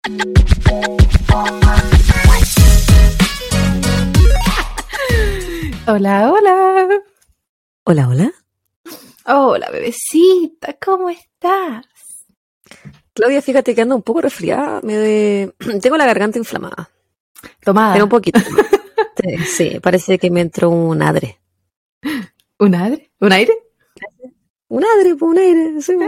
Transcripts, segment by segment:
Hola, hola. Hola, hola. Hola, bebecita, ¿cómo estás? Claudia, fíjate que ando un poco resfriada. Tengo la garganta inflamada. Tomada. Pero un poquito. Sí, parece que me entró un adre. ¿Un aire? ¿Un aire? Un adre, pues un aire. Sí.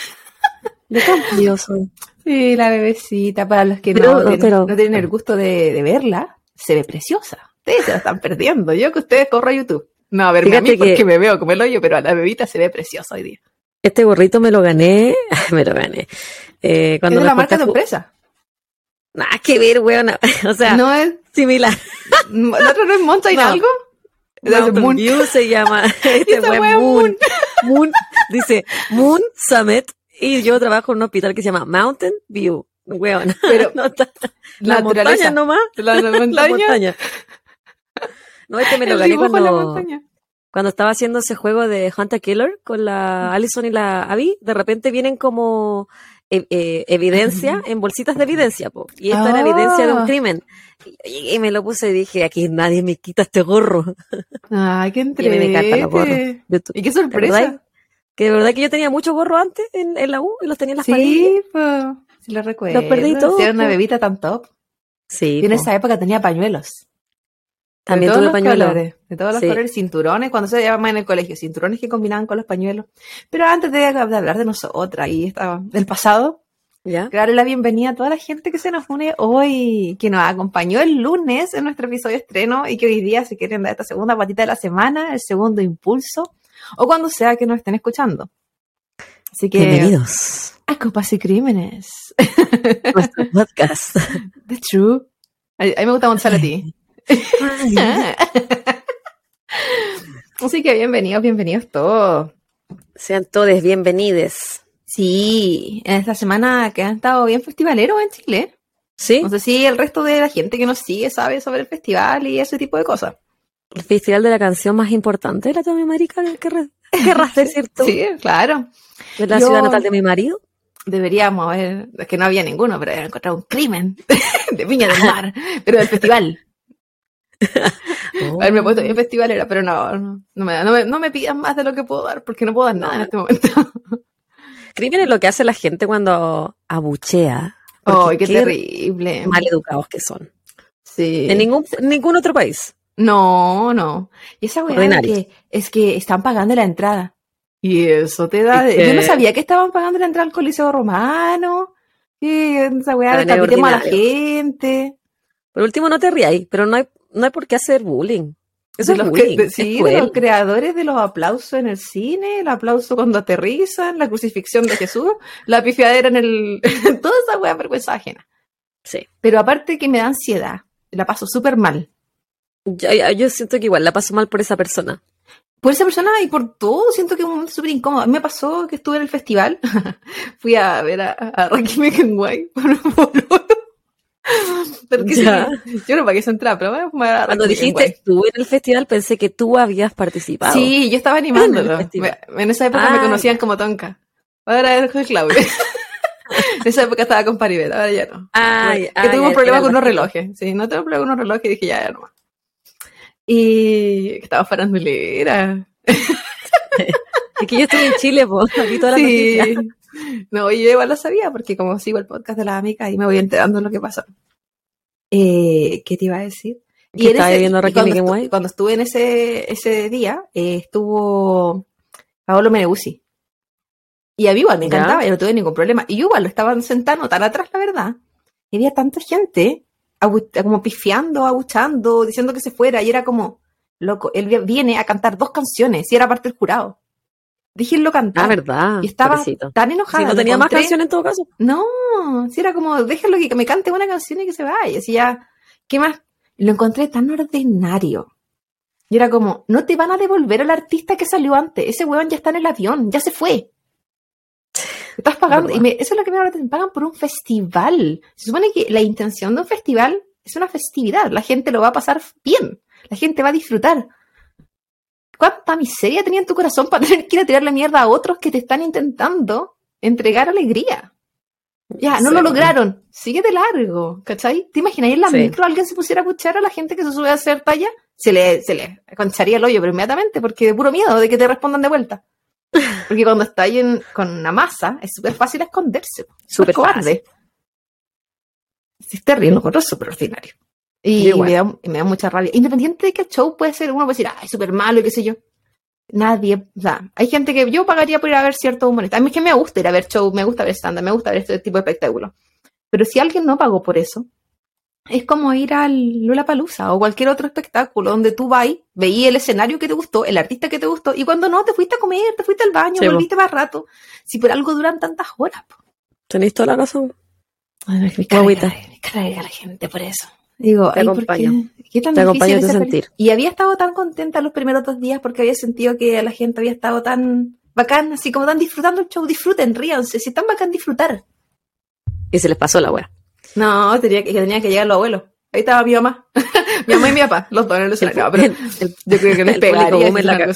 De campo yo soy. Sí, la bebecita, para los que Pero- no pero- tienen el gusto de verla, se ve preciosa. Ustedes se la están perdiendo. Yo que ustedes corro a YouTube. No, a verme a mí Fíjate porque que- me veo como el hoyo, pero a la bebita se ve preciosa hoy día. Este gorrito me lo gané. Me lo gané. Cuando ¿Es de me la marca de junté tu empresa? Nada que ver, weón. O sea, ¿No es? similar. ¿El otro no es Mountain No. algo? Es Mountain Moon. View se llama. Este Esa fue wea es Moon. Moon. Dice Moon Summit. Y yo trabajo en un hospital que se llama Mountain View. Weón. Pero No está- la la montaña naturaleza. nomás. La La montaña. montaña. No, este me lo El gané dibujo en la cuando montaña. estaba haciendo ese juego de Hunt a Killer con la Allison y la Abby. De repente vienen como evidencia en bolsitas de evidencia, po. Y esta era evidencia de un crimen. Y me lo puse y dije, aquí nadie me quita este gorro. Ay, qué Y a mí me encantan los gorros. entrete. Y qué ¿Te sorpresa. acordáis? Que de verdad que yo tenía muchos gorros antes en la U y los tenía en las paredes. Sí, pues, sí lo recuerdo. Los perdí todos, Sí, era una po. bebita tan top. Sí, Y en po. esa época tenía pañuelos. También de todos tuve los pañuelos. colores, de todos los Sí. colores, cinturones, cuando se llamaban en el colegio, cinturones que combinaban con los pañuelos. Pero antes de hablar de nosotras y del pasado, ¿Ya? darle la bienvenida a toda la gente que se nos une hoy, que nos acompañó el lunes en nuestro episodio estreno y que hoy día se quieren dar esta segunda patita de la semana, el segundo impulso, o cuando sea que nos estén escuchando. Así que, Bienvenidos a Copas y Crímenes. a nuestro podcast. The True. A mí me gusta mucho a ti. Así que bienvenidos todos. Sean todos bienvenides. Sí, en esta semana que han estado bien festivaleros en Chile. ¿Sí? No sé si el resto de la gente que nos sigue sabe sobre el festival y ese tipo de cosas. El festival de la canción más importante de Latinoamérica, querrás decir tú. Sí, claro. Es la Yo- ciudad natal de mi marido. Deberíamos haber, es que no había ninguno, pero había encontrado un crimen de Viña del Mar, pero del festival. Haberme puesto bien festivalera, pero no me pidan más de lo que puedo dar, porque no puedo dar nada en este momento. Crimen es lo que hace la gente cuando abuchea. ¡Ay, qué Qué terrible! mal educados que son. Sí. En ningún otro país. No. Y esa weá Ordinarios. es que están pagando la entrada. Y eso te da... Es que- Yo no sabía que estaban pagando la entrada al Coliseo Romano. Que esa weá Están decapitemos a la ordinarios. gente. Por último, no te rías, pero no hay por qué hacer bullying. Eso De es los bullying. que, es sí, de cruel. los creadores de los aplausos en el cine, el aplauso cuando aterrizan, la crucifixión de Jesús, la pifiadera en el... Toda esa weá vergüenza ajena. Sí. Pero aparte que me da ansiedad, la paso súper mal. Yo siento que igual la paso mal por esa persona. Por esa persona y por todo, siento que es un momento súper incómodo. A mí me pasó que estuve en el festival, fui a ver a Rakim Kenway por porque Ya. sí, yo no pagué esa entrada, pero bueno, a Cuando Rakim dijiste Kenway. tú en el festival, pensé que tú habías participado. Sí, yo estaba En animándolo. el festival. En esa época me Ah, conocían como Tonka. Ahora era con Claudia. En esa época estaba con Paribet, ahora ya no. Que tuvimos problemas con unos relojes. Sí, no tengo problemas con unos relojes y dije ya no más. Y estaba farandulera. Es que yo estuve en Chile, pues, vi todas las Sí. noticias. No, yo igual lo sabía porque como sigo el podcast de las amigas y me voy enterando de lo que pasa. ¿Qué te iba a decir? ¿Qué estaba viendo y Rakim Kenway? cuando estuve en ese día, estuvo Paolo Meneguzzi. Y a mí igual me Ya. encantaba, yo no tuve ningún problema. Y yo igual lo estaban sentando tan atrás, la verdad. Y había tanta gente como pifiando, abuchando, diciendo que se fuera. Y era como, loco, él viene a cantar 2 canciones y era parte del jurado. Déjenlo cantar. Ah, verdad. Y estaba pobrecito. tan enojada. Si no lo tenía más encontré- canciones en todo caso. No, si era como, déjenlo que me cante una canción y que se vaya. Así ya, ¿qué más? Lo encontré tan ordinario. Y era como, no te van a devolver al artista que salió antes. Ese weón ya está en el avión, ya se fue. Estás pagando, Verdad. eso es lo que me ahora te pagan por un festival. Se supone que la intención de un festival es una festividad. La gente lo va a pasar bien. La gente va a disfrutar. ¿Cuánta miseria tenía en tu corazón para tener que ir a tirarle mierda a otros que te están intentando entregar alegría? Ya, no lo lograron. Sigue de largo, ¿cachai? ¿Te imaginas en la micro alguien se pusiera a puchar a la gente que se sube a hacer talla? Se le concharía el hoyo, pero inmediatamente, porque de puro miedo de que te respondan de vuelta. Porque cuando está ahí con una masa, es súper fácil esconderse. Súper cobarde. Es terrible, lo encuentro súper ordinario. Y me da mucha rabia. Independiente de que el show puede ser, uno puede decir, es súper malo y qué sé yo. Nadie, o sea, hay gente que yo pagaría por ir a ver ciertos humoristas. A mí es que me gusta ir a ver show, me gusta ver stand-up, me gusta ver este tipo de espectáculos. Pero si alguien no pagó por eso, es como ir al Lollapalooza o cualquier otro espectáculo donde tú vas, veías el escenario que te gustó, el artista que te gustó, y cuando no, te fuiste a comer, te fuiste al baño, volviste más rato. Si por algo duran tantas horas. Tenéis toda la razón. Ay, me carga la gente por eso. Digo, te acompaño. ¿Qué tan te acompaño a tu sentir. Y había estado tan contenta los primeros 2 días porque había sentido que la gente había estado tan bacán, así como tan disfrutando el show. Disfruten, ríanse, si es tan bacán disfrutar. Y se les pasó la wea. No, tenía que llegar los abuelos. Ahí estaba mi mamá. Mi mamá y mi papá, los dos en el escenario. Pero yo creo que les pegaría.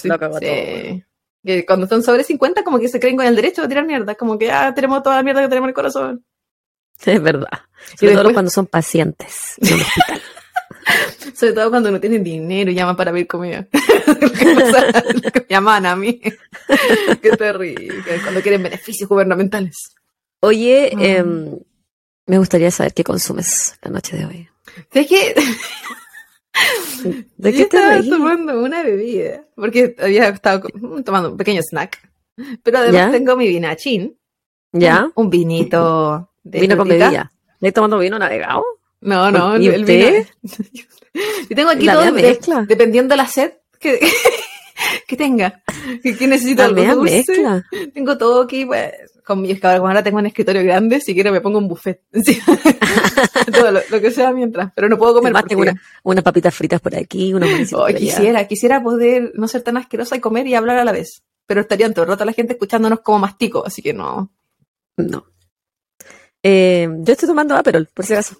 Que cuando son sobre 50, como que se creen con el derecho de tirar mierda. Como que ya tenemos toda la mierda que tenemos en el corazón. Es verdad. Sobre todo cuando son pacientes en el hospital. Sobre todo cuando no tienen dinero y llaman para pedir comida. Llaman a mí. Qué terrible. Cuando quieren beneficios gubernamentales. Oye, me gustaría saber qué consumes la noche de hoy. ¿Sabes qué? ¿De qué estaba tomando una bebida? Porque había estado tomando un pequeño snack. Pero además tengo mi vinachín. ¿Ya? Un vinito de vino tortita. Con bebida. ¿Estás tomando vino navegado? No, ¿Y el vino. Y tengo aquí todo dependiendo de la sed que tenga. Que necesito algo dulce. Mezcla. Tengo todo aquí, pues, con mi escabra. Como ahora tengo un escritorio grande, si quiero me pongo un buffet. ¿Sí? Todo lo que sea mientras. Pero no puedo comer. Además, tengo unas papitas fritas por aquí, unos manicitos por allá. Quisiera poder no ser tan asquerosa y comer y hablar a la vez. Pero estarían todo el rato la gente escuchándonos como mastico, así que no. No. Yo estoy tomando Aperol, por si acaso.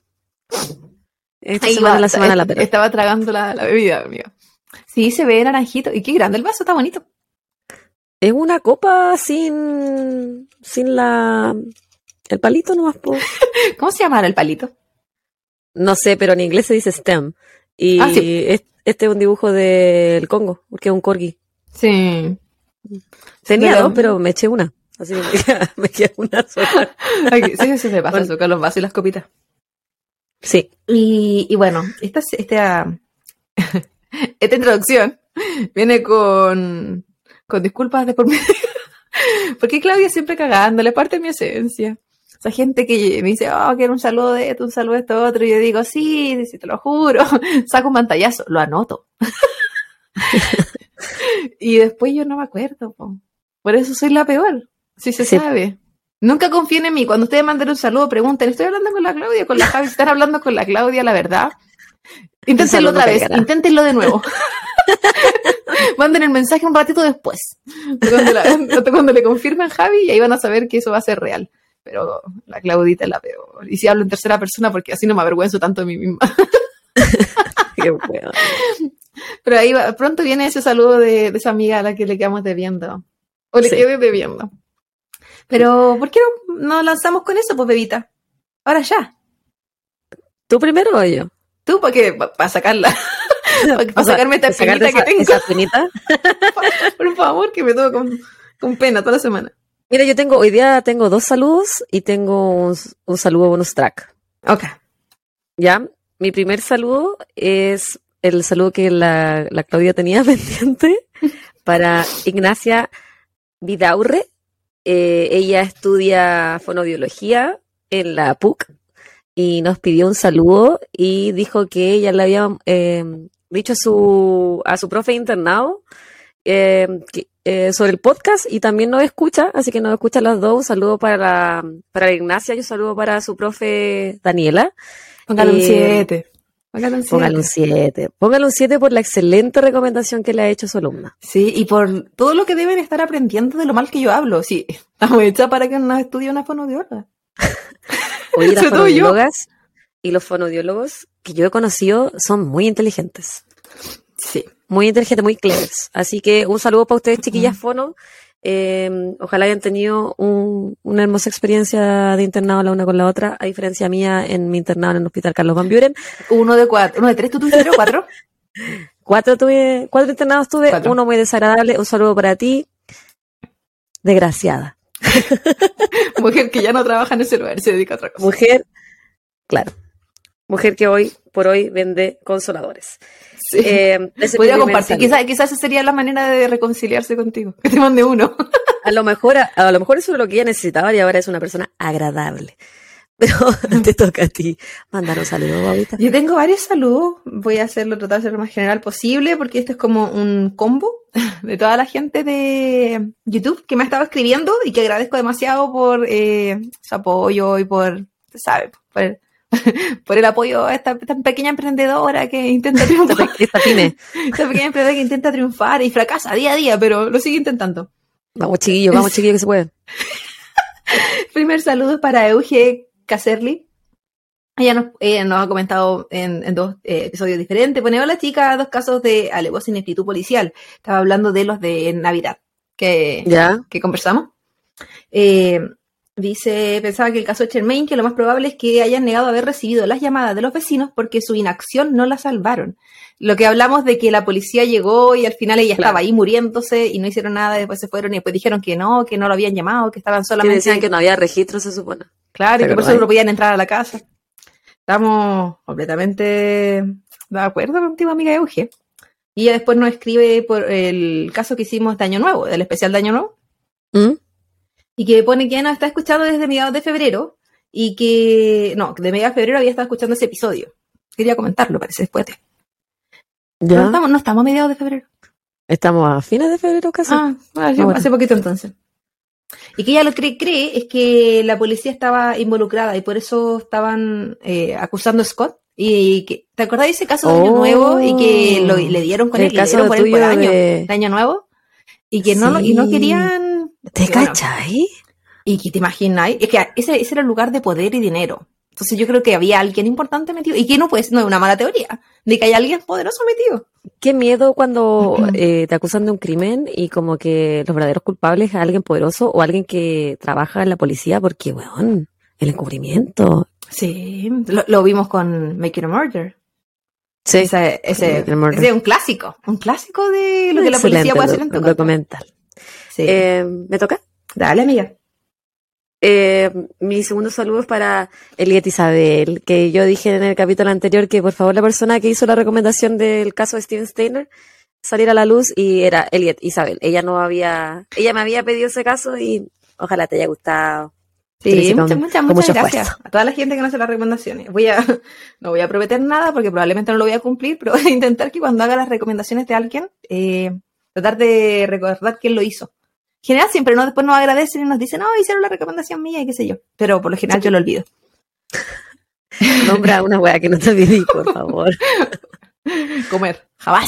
La semana la Aperol. Estaba tragando la bebida, amigo. Sí, se ve naranjito. Y qué grande el vaso, está bonito. Es una copa sin el palito nomás. ¿Cómo se llamará el palito? No sé, pero en inglés se dice stem. Y sí. Este es un dibujo del Congo, porque es un corgi. Sí. Tenía 2, pero me eché una. Así que me queda una sola. Sí, me pasa eso con los vasos y las copitas. Sí. Y bueno, esta introducción viene con disculpas de por medio. Porque Claudia siempre cagándole parte de mi esencia. O sea, gente que me dice, quiero un saludo de esto, un saludo de esto otro. Y yo digo, sí, te lo juro. Saco un pantallazo, lo anoto. Y después yo no me acuerdo. Por eso soy la peor. Sí se sabe. Nunca confíen en mí. Cuando ustedes manden un saludo, pregunten, ¿estoy hablando con la Claudia, con la Javi? ¿Están hablando con la Claudia, la verdad? Inténtenlo otra vez. Inténtenlo de nuevo. Manden el mensaje un ratito después. Cuando le confirmen Javi, y ahí van a saber que eso va a ser real. Pero la Claudita es la peor. Y si hablo en tercera persona, porque así no me avergüenzo tanto de mí misma. Qué bueno. Pero ahí pronto viene ese saludo de esa amiga a la que le quedamos debiendo. O le quedé debiendo. Pero, ¿por qué no lanzamos con eso, pues, bebita? Ahora ya. ¿Tú primero o yo? Tú, para sacarla. Para sacarme esta penita que tengo. ¿Esa penita? Por favor, que me tomo con pena toda la semana. Mira, hoy día tengo 2 saludos y tengo un saludo bonus track. Ok. ¿Ya? Mi primer saludo es el saludo que la Claudia tenía pendiente para Ignacia Vidaurre. Ella estudia fonoaudiología en la PUC y nos pidió un saludo y dijo que ella le había dicho a su profe internado sobre el podcast y también nos escucha, así que nos escucha las dos. Un saludo para Ignacia y un saludo para su profe Daniela. Póngale un 7. Póngale un 7. Póngale un 7 por la excelente recomendación que le ha hecho su alumna. Sí, y por todo lo que deben estar aprendiendo de lo mal que yo hablo. Sí, estamos hechas para que nos estudie una fonoaudióloga. Oye, las fonoaudiólogas y los fonoaudiólogos que yo he conocido son muy inteligentes. Sí. Muy inteligentes, muy clevers. Así que un saludo para ustedes, chiquillas fono. Ojalá hayan tenido una hermosa experiencia de internado la una con la otra, a diferencia mía en mi internado en el Hospital Carlos Van Buren. 1 de 4, 1 de 3, ¿tú tuviste 4? 4 internados tuve, 4. uno muy desagradable. Un saludo para ti, desgraciada. Mujer que ya no trabaja en ese lugar, se dedica a otra cosa. Mujer, claro. Mujer que hoy por hoy vende consoladores. Sí. Podría compartir. Quizás esa sería la manera de reconciliarse contigo. Que te mande uno. A lo mejor eso es lo que ella necesitaba y ahora es una persona agradable. Pero te toca a ti mandar un saludo, Babita. Yo tengo varios saludos. Voy a tratar de ser lo más general posible porque esto es como un combo de toda la gente de YouTube que me ha estado escribiendo y que agradezco demasiado por su apoyo y por el apoyo a esta pequeña emprendedora que intenta triunfar. Esta pequeña emprendedora que intenta triunfar y fracasa día a día, pero lo sigue intentando. Vamos chiquillos, que se puede. Primer saludo para Euge Caserly. Ella nos ha comentado en 2 episodios diferentes. Pone: hola chica, 2 casos de alevosa ineptitud policial. Estaba hablando de los de Navidad que conversamos. Dice, pensaba que el caso de Chermain, que lo más probable es que hayan negado haber recibido las llamadas de los vecinos porque su inacción no la salvaron. Lo que hablamos de que la policía llegó y al final ella estaba ahí muriéndose y no hicieron nada, después se fueron y después dijeron que no lo habían llamado, que estaban solamente... Que decían que no había registro, se supone. Claro, y que por eso no podían entrar a la casa. Estamos completamente de acuerdo contigo, amiga Euge. Y ella después nos escribe por el caso que hicimos de Año Nuevo, del especial de Año Nuevo. Y que pone que nos está escuchando desde mediados de febrero y que... No, de mediados de febrero había estado escuchando ese episodio. Quería comentarlo, parece, después de... ¿Ya? No estamos a mediados de febrero. Estamos a fines de febrero casi. Hace poquito entonces. Y que ella lo cree es que la policía estaba involucrada y por eso estaban acusando a Scott. Y que, ¿te acordás de ese caso de Año Nuevo? Y que le dieron con él, le dieron por él por año de Año Nuevo. Y que no querían... ¿Te cachai? Y que te imaginas, es que ese era el lugar de poder y dinero. Entonces yo creo que había alguien importante metido. Y que no es una mala teoría, de que hay alguien poderoso metido. Qué miedo cuando te acusan de un crimen y como que los verdaderos culpables es alguien poderoso o alguien que trabaja en la policía, porque, weón, el encubrimiento. Sí, lo vimos con Making a Murder. Sí, ese es un clásico de lo que la policía puede hacer en tu documental. Sí. ¿Me toca? Dale, amiga. Mi segundo saludo es para Eliet Isabel, que yo dije en el capítulo anterior que por favor la persona que hizo la recomendación del caso de Steven Steiner saliera a la luz, y era Eliet Isabel. Ella me había pedido ese caso y ojalá te haya gustado. Sí, muchas gracias a toda la gente que nos hace las recomendaciones. No voy a prometer nada porque probablemente no lo voy a cumplir, pero voy a intentar que cuando haga las recomendaciones de alguien, tratar de recordar quién lo hizo. En general siempre después nos agradecen y nos dicen, hicieron la recomendación mía y qué sé yo. Pero por lo general yo lo olvido. Nombra una wea que no te olvidé, por favor. Comer, jamás.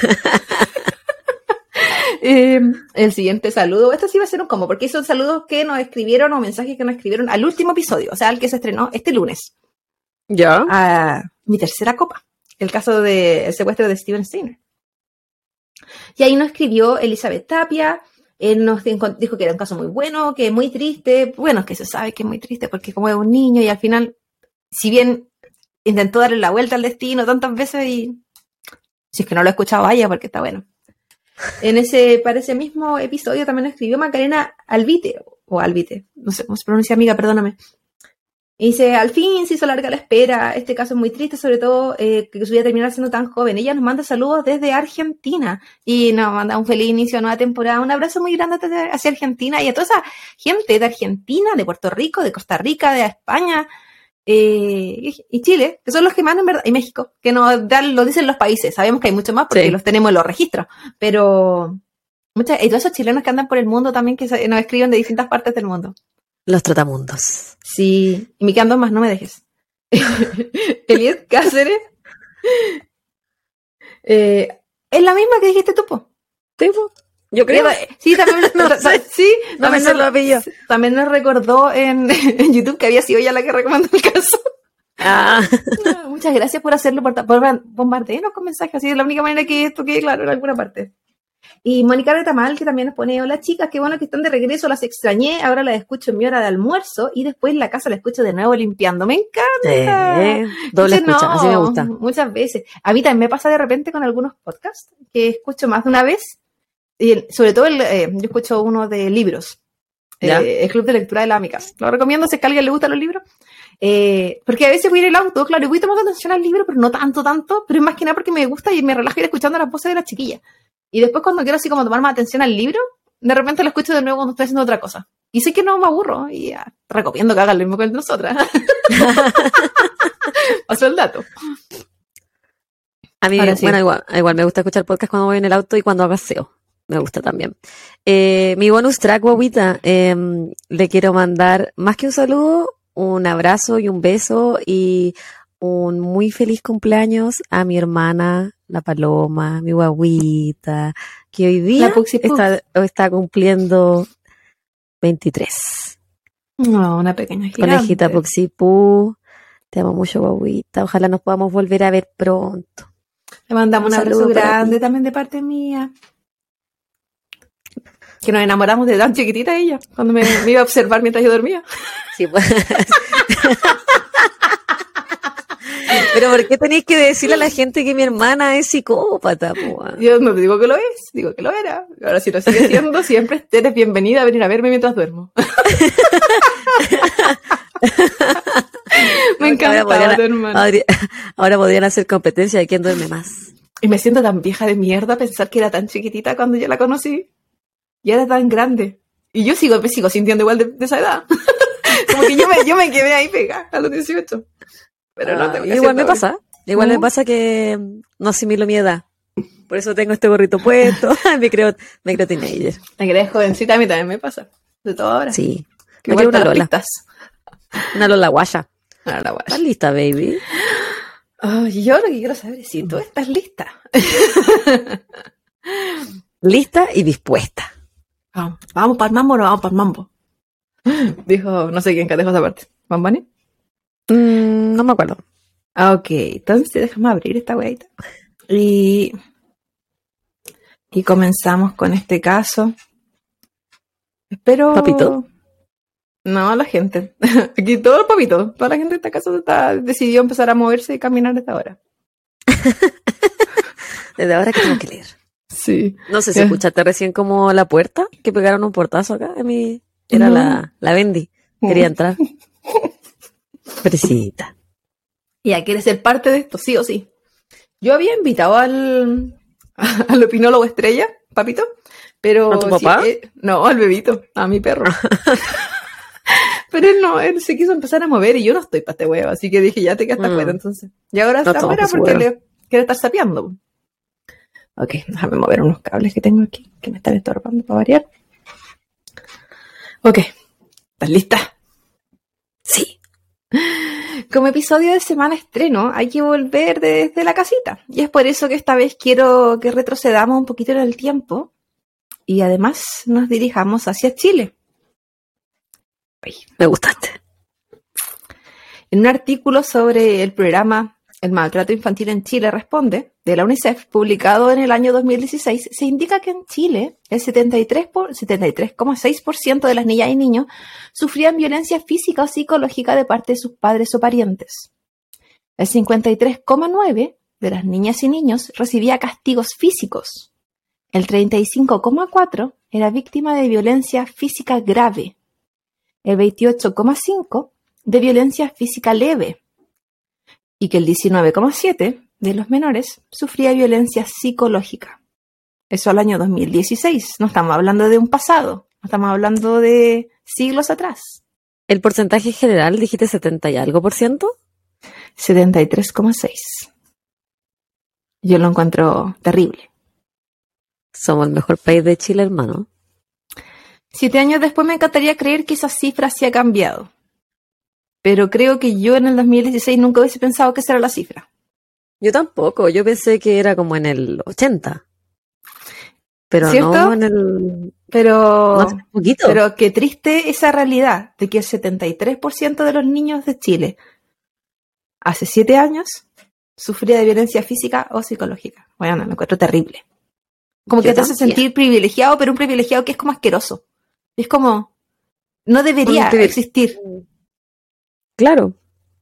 El siguiente saludo, esto sí va a ser un combo, porque son saludos que nos escribieron o mensajes que nos escribieron al último episodio, o sea, al que se estrenó este lunes. ¿Ya? A mi tercera copa, el caso del secuestro de Steven Steiner. Y ahí nos escribió Elizabeth Tapia. Él nos dijo que era un caso muy bueno, que es muy triste. Bueno, es que se sabe que es muy triste porque como es un niño y al final, si bien intentó darle la vuelta al destino tantas veces, y si es que no lo he escuchado, vaya, porque está bueno. Para ese mismo episodio también escribió Macarena Albite, no sé cómo se pronuncia, amiga, perdóname. Y dice, al fin se hizo larga la espera, este caso es muy triste, sobre todo que su vida terminara siendo tan joven. Ella nos manda saludos desde Argentina y nos manda un feliz inicio a nueva temporada, un abrazo muy grande hacia Argentina y a toda esa gente de Argentina, de Puerto Rico, de Costa Rica, de España y Chile, que son los que más en verdad, y México, que lo dicen los países. Sabemos que hay mucho más porque los tenemos en los registros, pero y todos esos chilenos que andan por el mundo también, que nos escriben de distintas partes del mundo. Los trotamundos. Sí, y me quedan 2 más, no me dejes. Eliet Cáceres. Es la misma que dijiste tú, po. Sí, po. Yo creo. Sí, también, también nos recordó en YouTube que había sido ella la que recomendó el caso. Muchas gracias por hacerlo, por bombardearnos con mensajes. Así es la única manera que esto quede claro en alguna parte. Y Mónica Retamal, que también nos pone, hola chicas, qué bueno que están de regreso, las extrañé, ahora las escucho en mi hora de almuerzo y después en la casa la escucho de nuevo limpiando. ¡Me encanta! Doble escucha, No, así me gusta. muchas veces. A mí también me pasa de repente con algunos podcasts que escucho más de una vez, y sobre todo yo escucho uno de libros, el Club de Lectura de la Amiga. Lo recomiendo si es que a alguien le gustan los libros. Porque a veces voy en el auto, claro, y voy tomando atención al libro, pero no tanto, pero es más que nada porque me gusta y me relaja ir escuchando las voces de las chiquillas. Y después cuando quiero así como tomar más atención al libro, de repente lo escucho de nuevo cuando estoy haciendo otra cosa. Y sé que no me aburro, y recomiendo que hagan lo mismo que nosotras. Paso el dato. A mí, sí. Bueno, igual me gusta escuchar podcast cuando voy en el auto y cuando hago aseo. Me gusta también. Mi bonus track, guaguita, le quiero mandar, más que un saludo, un abrazo y un beso y un muy feliz cumpleaños a mi hermana, la Paloma, mi guaguita, que hoy día está cumpliendo 23. No, una pequeña gigante. Conejita Puxipú, te amo mucho, guaguita. Ojalá nos podamos volver a ver pronto. Le mandamos un abrazo grande también de parte mía. Que nos enamoramos de tan chiquitita ella, cuando me iba a observar mientras yo dormía. Sí, pues. Pero ¿por qué tenéis que decirle a la gente que mi hermana es psicópata? Po? Yo no te digo que lo es, digo que lo era. Ahora si lo sigue siendo, siempre eres bienvenida a venir a verme mientras duermo. Me encanta tu hermana. Ahora podrían hacer competencia de quién duerme más. Y me siento tan vieja de mierda pensar que era tan chiquitita cuando yo la conocí. Y era tan grande. Y yo sigo sintiendo igual de esa edad. Como que yo me quedé ahí pegada a los 18. Pero no tengo que igual me pasa. Igual me pasa que no asimilo mi edad. Por eso tengo este gorrito puesto. me creo teenager. Me crees jovencita, a mí también me pasa. De todo ahora. Sí. Me creo una Lola. Una Lola guaya. Una Lola guaya. ¿Estás lista, baby? Oh, yo lo que quiero saber es si tú estás lista. Lista y dispuesta. Vamos para el mambo o no vamos para el mambo. Dijo, no sé quién dejó esa parte. ¿Bambani? No me acuerdo. Ok, entonces déjame abrir esta weita. Y comenzamos con este caso. Espero... ¿Papito? No, la gente. Aquí todo el papito. Toda la gente de esta casa decidió empezar a moverse y caminar desde ahora. Desde ahora que tengo que leer. Sí. No sé si escuchaste recién como la puerta, que pegaron un portazo acá. Era la Bendy. Quería entrar. Fresita. Ya, ¿quieres ser parte de esto? Sí o sí. Yo había invitado al opinólogo estrella, papito, pero... ¿A tu papá? No, al bebito, a mi perro. Pero él se quiso empezar a mover y yo no estoy para este huevo, así que dije, ya te quedaste afuera entonces. Y ahora está afuera porque le quiere estar sapeando. Ok, déjame mover unos cables que tengo aquí, que me están estorbando para variar. Ok, ¿estás lista? Sí. Como episodio de semana estreno, hay que volver desde la casita. Y es por eso que esta vez quiero que retrocedamos un poquito en el tiempo y además nos dirijamos hacia Chile. Me gustaste. En un artículo sobre el programa El maltrato infantil en Chile responde, de la UNICEF, publicado en el año 2016, se indica que en Chile el 73,6% de las niñas y niños sufrían violencia física o psicológica de parte de sus padres o parientes. El 53,9% de las niñas y niños recibía castigos físicos. El 35,4% era víctima de violencia física grave. El 28,5% de violencia física leve. Y que el 19,7% de los menores sufría violencia psicológica. Eso al año 2016. No estamos hablando de un pasado, no estamos hablando de siglos atrás. ¿El porcentaje general dijiste 70 y algo %? 73,6%. Yo lo encuentro terrible. Somos el mejor país de Chile, hermano. 7 años después me encantaría creer que esa cifra sí ha cambiado. Pero creo que yo en el 2016 nunca hubiese pensado que esa era la cifra. Yo tampoco, yo pensé que era como en el 80. Pero ¿cierto? No en el... Pero, no, un poquito. Pero qué triste esa realidad de que el 73% de los niños de Chile hace 7 años sufría de violencia física o psicológica. Bueno, lo encuentro terrible. Como que te hace también. sentir privilegiado, pero un privilegiado que es como asqueroso. Es como, no debería existir. Claro.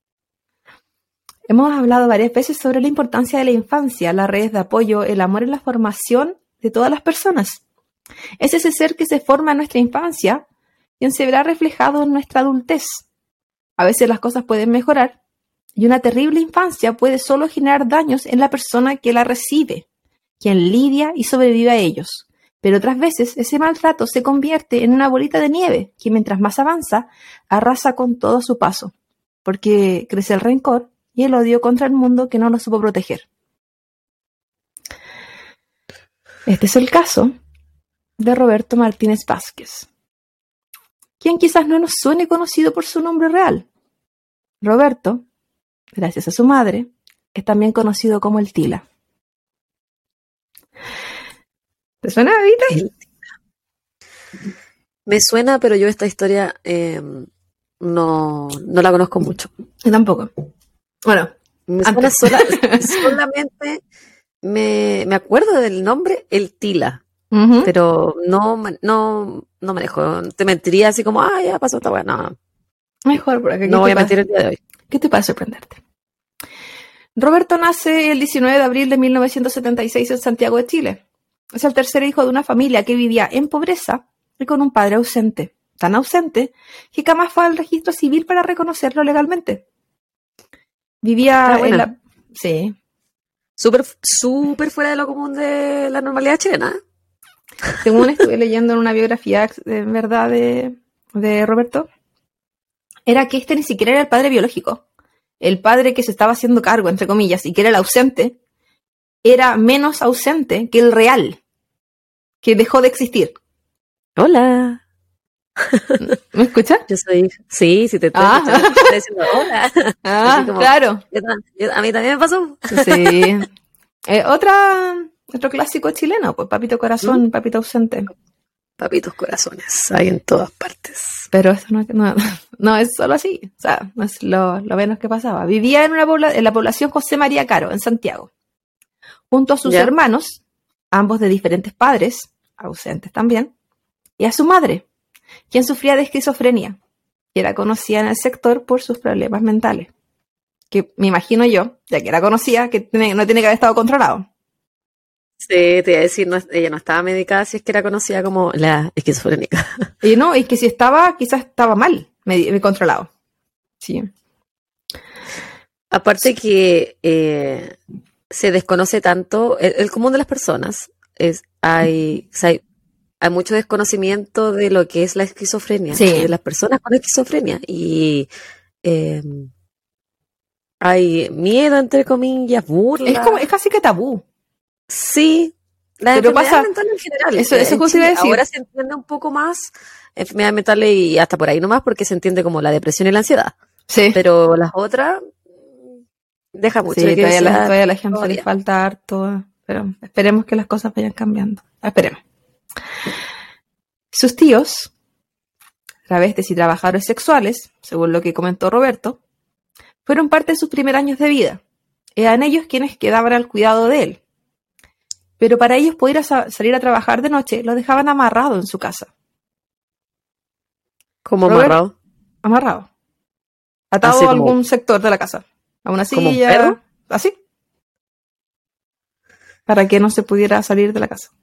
Hemos hablado varias veces sobre la importancia de la infancia, las redes de apoyo, el amor en la formación de todas las personas. Es ese ser que se forma en nuestra infancia, quien se verá reflejado en nuestra adultez. A veces las cosas pueden mejorar, y una terrible infancia puede solo generar daños en la persona que la recibe, quien lidia y sobrevive a ellos. Pero otras veces ese maltrato se convierte en una bolita de nieve que mientras más avanza, arrasa con todo a su paso, porque crece el rencor y el odio contra el mundo que no lo supo proteger. Este es el caso de Roberto Martínez Vázquez, quien quizás no nos suene conocido por su nombre real. Roberto, gracias a su madre, es también conocido como el Tila. ¿Te suena, Vita? Me suena, pero yo esta historia no la conozco mucho. Yo tampoco. Bueno, Me suena solamente me acuerdo del nombre, el Tila, pero no manejo. Te mentiría así como, ya pasó esta weá. No, mejor por acá. no voy a mentir el día de hoy. ¿Qué te puede sorprenderte? Roberto nace el 19 de abril de 1976 en Santiago de Chile. Es el tercer hijo de una familia que vivía en pobreza y con un padre ausente. Tan ausente que jamás fue al registro civil para reconocerlo legalmente. Vivía en la... Sí. Súper fuera de lo común de la normalidad chilena. Según estuve leyendo en una biografía en verdad de Roberto, era que este ni siquiera era el padre biológico. El padre que se estaba haciendo cargo, entre comillas, y que era el ausente, era menos ausente que el real, que dejó de existir. Hola. ¿Me escuchas? Yo soy... Sí, te estoy escuchando. Estoy diciendo hola. Como, claro. A mí también me pasó. Sí. Otro clásico chileno, pues Papito Corazón, Papito Ausente. Papitos corazones, hay en todas partes. Pero esto no es solo así, o sea, no es lo menos que pasaba. Vivía en la población José María Caro, en Santiago, junto a sus hermanos, ambos de diferentes padres, ausentes también, y a su madre, quien sufría de esquizofrenia, y era conocida en el sector por sus problemas mentales, que me imagino yo, ya que era conocida, que no tiene que haber estado controlado. Sí, te iba a decir, ella no estaba medicada, si es que era conocida como la esquizofrénica. Y no, es que si estaba, quizás estaba mal controlado. Sí. Aparte que se desconoce tanto, el común de las personas, hay mucho desconocimiento de lo que es la esquizofrenia, de las personas con esquizofrenia, y hay miedo, entre comillas, burla. Es casi que tabú. Sí, la enfermedad mental en general. Eso justo iba a decir. Ahora se entiende un poco más enfermedad mental y hasta por ahí nomás, porque se entiende como la depresión y la ansiedad. Sí. Pero las otras deja mucho. Sí, todavía la gente le falta harto, pero esperemos que las cosas vayan cambiando. Esperemos. Sus tíos, travestis y trabajadores sexuales, según lo que comentó Roberto, fueron parte de sus primeros años de vida. Eran ellos quienes quedaban al cuidado de él. Pero para ellos poder salir a trabajar de noche, lo dejaban amarrado en su casa. ¿Cómo amarrado? Amarrado. Atado a algún sector de la casa. A una silla. ¿Como un perro? Así. Para que no se pudiera salir de la casa.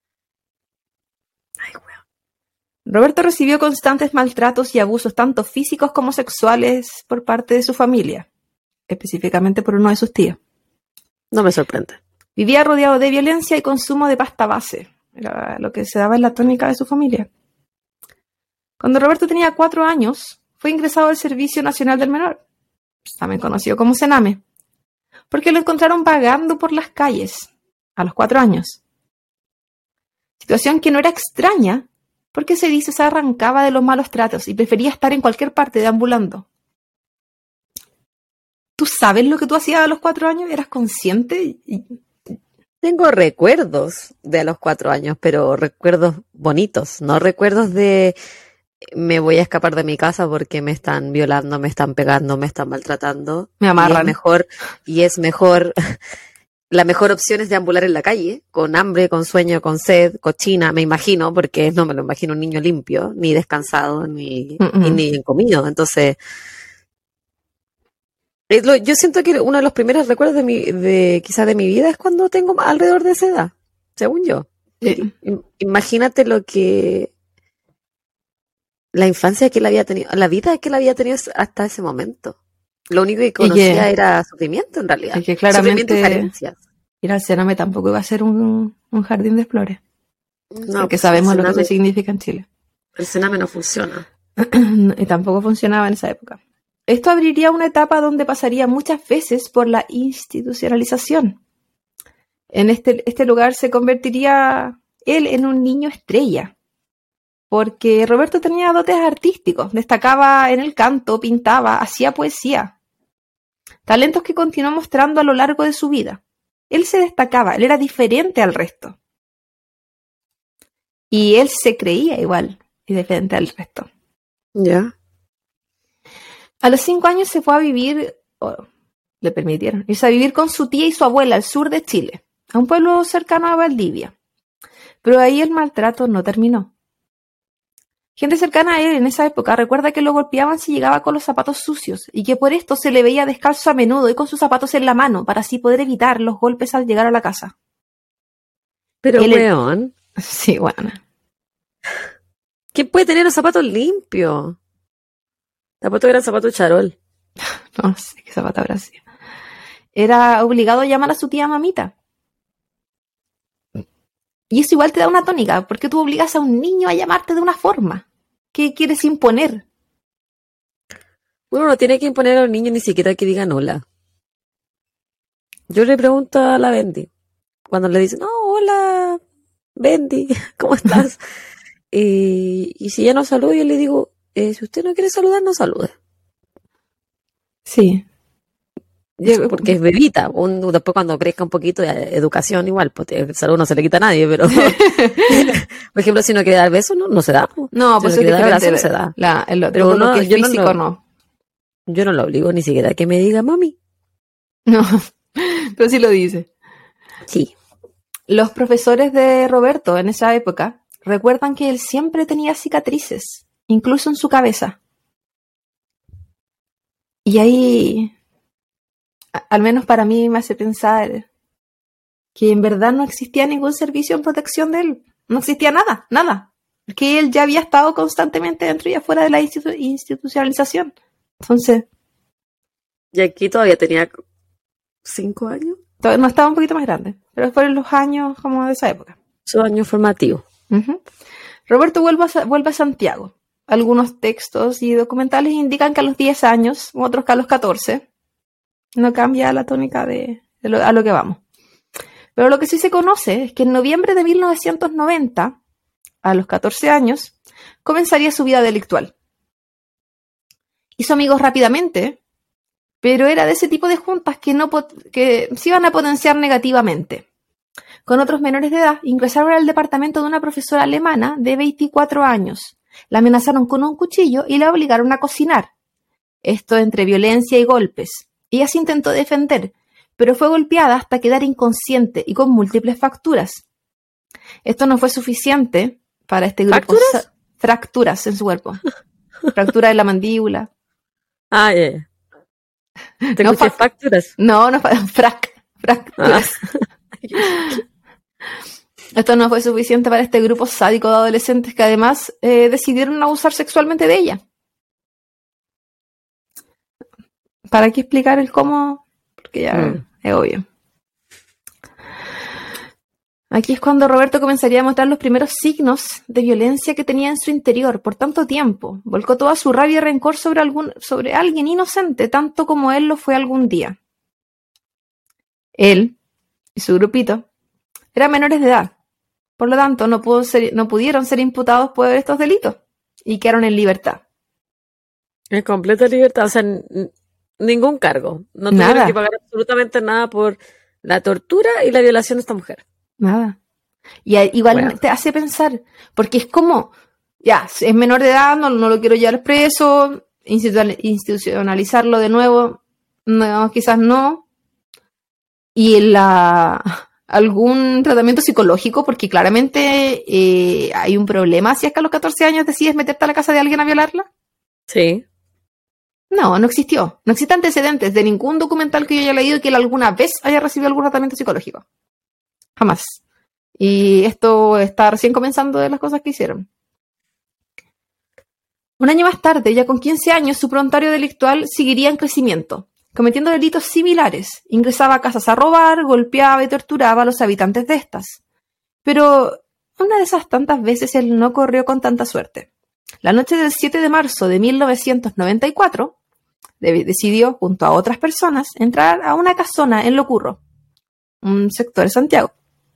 Ay, weón. Roberto recibió constantes maltratos y abusos, tanto físicos como sexuales, por parte de su familia. Específicamente por uno de sus tíos. No me sorprende. Vivía rodeado de violencia y consumo de pasta base. Era lo que se daba en la tónica de su familia. Cuando Roberto tenía 4 años, fue ingresado al Servicio Nacional del Menor, también conocido como Sename, porque lo encontraron vagando por las calles a los 4 años. Situación que no era extraña, porque se dice se arrancaba de los malos tratos y prefería estar en cualquier parte deambulando. ¿Tú sabes lo que tú hacías a los 4 años? ¿Eras consciente? Tengo recuerdos de a los 4 años, pero recuerdos bonitos, no recuerdos de me voy a escapar de mi casa porque me están violando, me están pegando, me están maltratando. Me amarran. Y es mejor la mejor opción es deambular en la calle, con hambre, con sueño, con sed, cochina, me imagino, porque no me lo imagino un niño limpio, ni descansado, ni ni comido. Entonces, yo siento que uno de los primeros recuerdos quizás de mi vida es cuando tengo alrededor de esa edad, según yo. Sí. Imagínate la infancia que él había tenido, la vida que él había tenido hasta ese momento. Lo único que conocía era sufrimiento, en realidad. Es que claramente sufrimiento y carencias. Ir al Sename tampoco iba a ser un jardín de flores. No, porque sabemos lo que eso significa en Chile. El Sename no funciona. Y tampoco funcionaba en esa época. Esto abriría una etapa donde pasaría muchas veces por la institucionalización. En este lugar se convertiría él en un niño estrella. Porque Roberto tenía dotes artísticos, destacaba en el canto, pintaba, hacía poesía. Talentos que continuó mostrando a lo largo de su vida. Él se destacaba, él era diferente al resto. Y él se creía igual y diferente al resto. Ya. A los 5 años se fue a vivir, le permitieron, irse a vivir con su tía y su abuela al sur de Chile, a un pueblo cercano a Valdivia. Pero ahí el maltrato no terminó. Gente cercana a él en esa época recuerda que lo golpeaban si llegaba con los zapatos sucios y que por esto se le veía descalzo a menudo y con sus zapatos en la mano para así poder evitar los golpes al llegar a la casa. Pero weón. Sí, bueno. ¿Quién puede tener los zapatos limpios? Zapatos eran zapatos charol. No sé qué zapato habrá sido. Era obligado a llamar a su tía mamita. Y eso igual te da una tónica, porque tú obligas a un niño a llamarte de una forma. ¿Qué quieres imponer? Uno no tiene que imponer a los niños ni siquiera que digan hola. Yo le pregunto a la Bendy, cuando le dicen, hola, Bendy, ¿cómo estás? Y si ella no saluda, yo le digo, si usted no quiere saludar, no salude. Sí. Porque es bebita. Después cuando crezca un poquito de educación igual, pues el saludo no se le quita a nadie, pero por ejemplo, si no quiere dar besos, no se da. No, pues si no quiere dar besos, no se da. Pero lo que es físico, no. Yo no lo obligo ni siquiera a que me diga mami. No, pero sí lo dice. Sí. Los profesores de Roberto en esa época recuerdan que él siempre tenía cicatrices, incluso en su cabeza. Y ahí, al menos para mí, me hace pensar que en verdad no existía ningún servicio en protección de él. No existía nada, nada. Porque él ya había estado constantemente dentro y afuera de la institucionalización. Entonces... Y aquí todavía tenía 5 años. No, estaba un poquito más grande, pero fueron los años como de esa época. Su año formativo. Uh-huh. Roberto vuelve a Santiago. Algunos textos y documentales indican que a los 10 años, otros que a los 14. No cambia la tónica a lo que vamos. Pero lo que sí se conoce es que en noviembre de 1990, a los 14 años, comenzaría su vida delictual. Hizo amigos rápidamente, pero era de ese tipo de juntas que se iban a potenciar negativamente. Con otros menores de edad, ingresaron al departamento de una profesora alemana de 24 años. La amenazaron con un cuchillo y la obligaron a cocinar. Esto entre violencia y golpes. Ella se intentó defender, pero fue golpeada hasta quedar inconsciente y con múltiples fracturas. Esto no fue suficiente para este grupo. Fracturas en su cuerpo. Fractura de la mandíbula. Ah, yeah. ¿Te escuché fracturas? No, fracturas. Esto no fue suficiente para este grupo sádico de adolescentes que además decidieron abusar sexualmente de ella. ¿Para qué explicar el cómo? Porque ya es obvio. Aquí es cuando Roberto comenzaría a mostrar los primeros signos de violencia que tenía en su interior por tanto tiempo. Volcó toda su rabia y rencor sobre alguien inocente, tanto como él lo fue algún día. Él y su grupito eran menores de edad. Por lo tanto, no pudieron ser imputados por estos delitos y quedaron en libertad. En completa libertad, o sea, ningún cargo. No tuvieron que pagar absolutamente nada por la tortura y la violación de esta mujer. Nada. Y igual te hace pensar, porque es como, ya, es menor de edad, no lo quiero llevar preso, institucionalizarlo de nuevo, no, quizás no. y algún tratamiento psicológico, porque claramente hay un problema si es que a los 14 años decides meterte a la casa de alguien a violarla. Sí. No existió. No existen antecedentes de ningún documental que yo haya leído que él alguna vez haya recibido algún tratamiento psicológico. Jamás. Y esto está recién comenzando de las cosas que hicieron. Un año más tarde, ya con 15 años, su prontuario delictual seguiría en crecimiento, cometiendo delitos similares. Ingresaba a casas a robar, golpeaba y torturaba a los habitantes de estas. Pero una de esas tantas veces él no corrió con tanta suerte. La noche del 7 de marzo de 1994, decidió, junto a otras personas, entrar a una casona en Locurro, un sector de Santiago.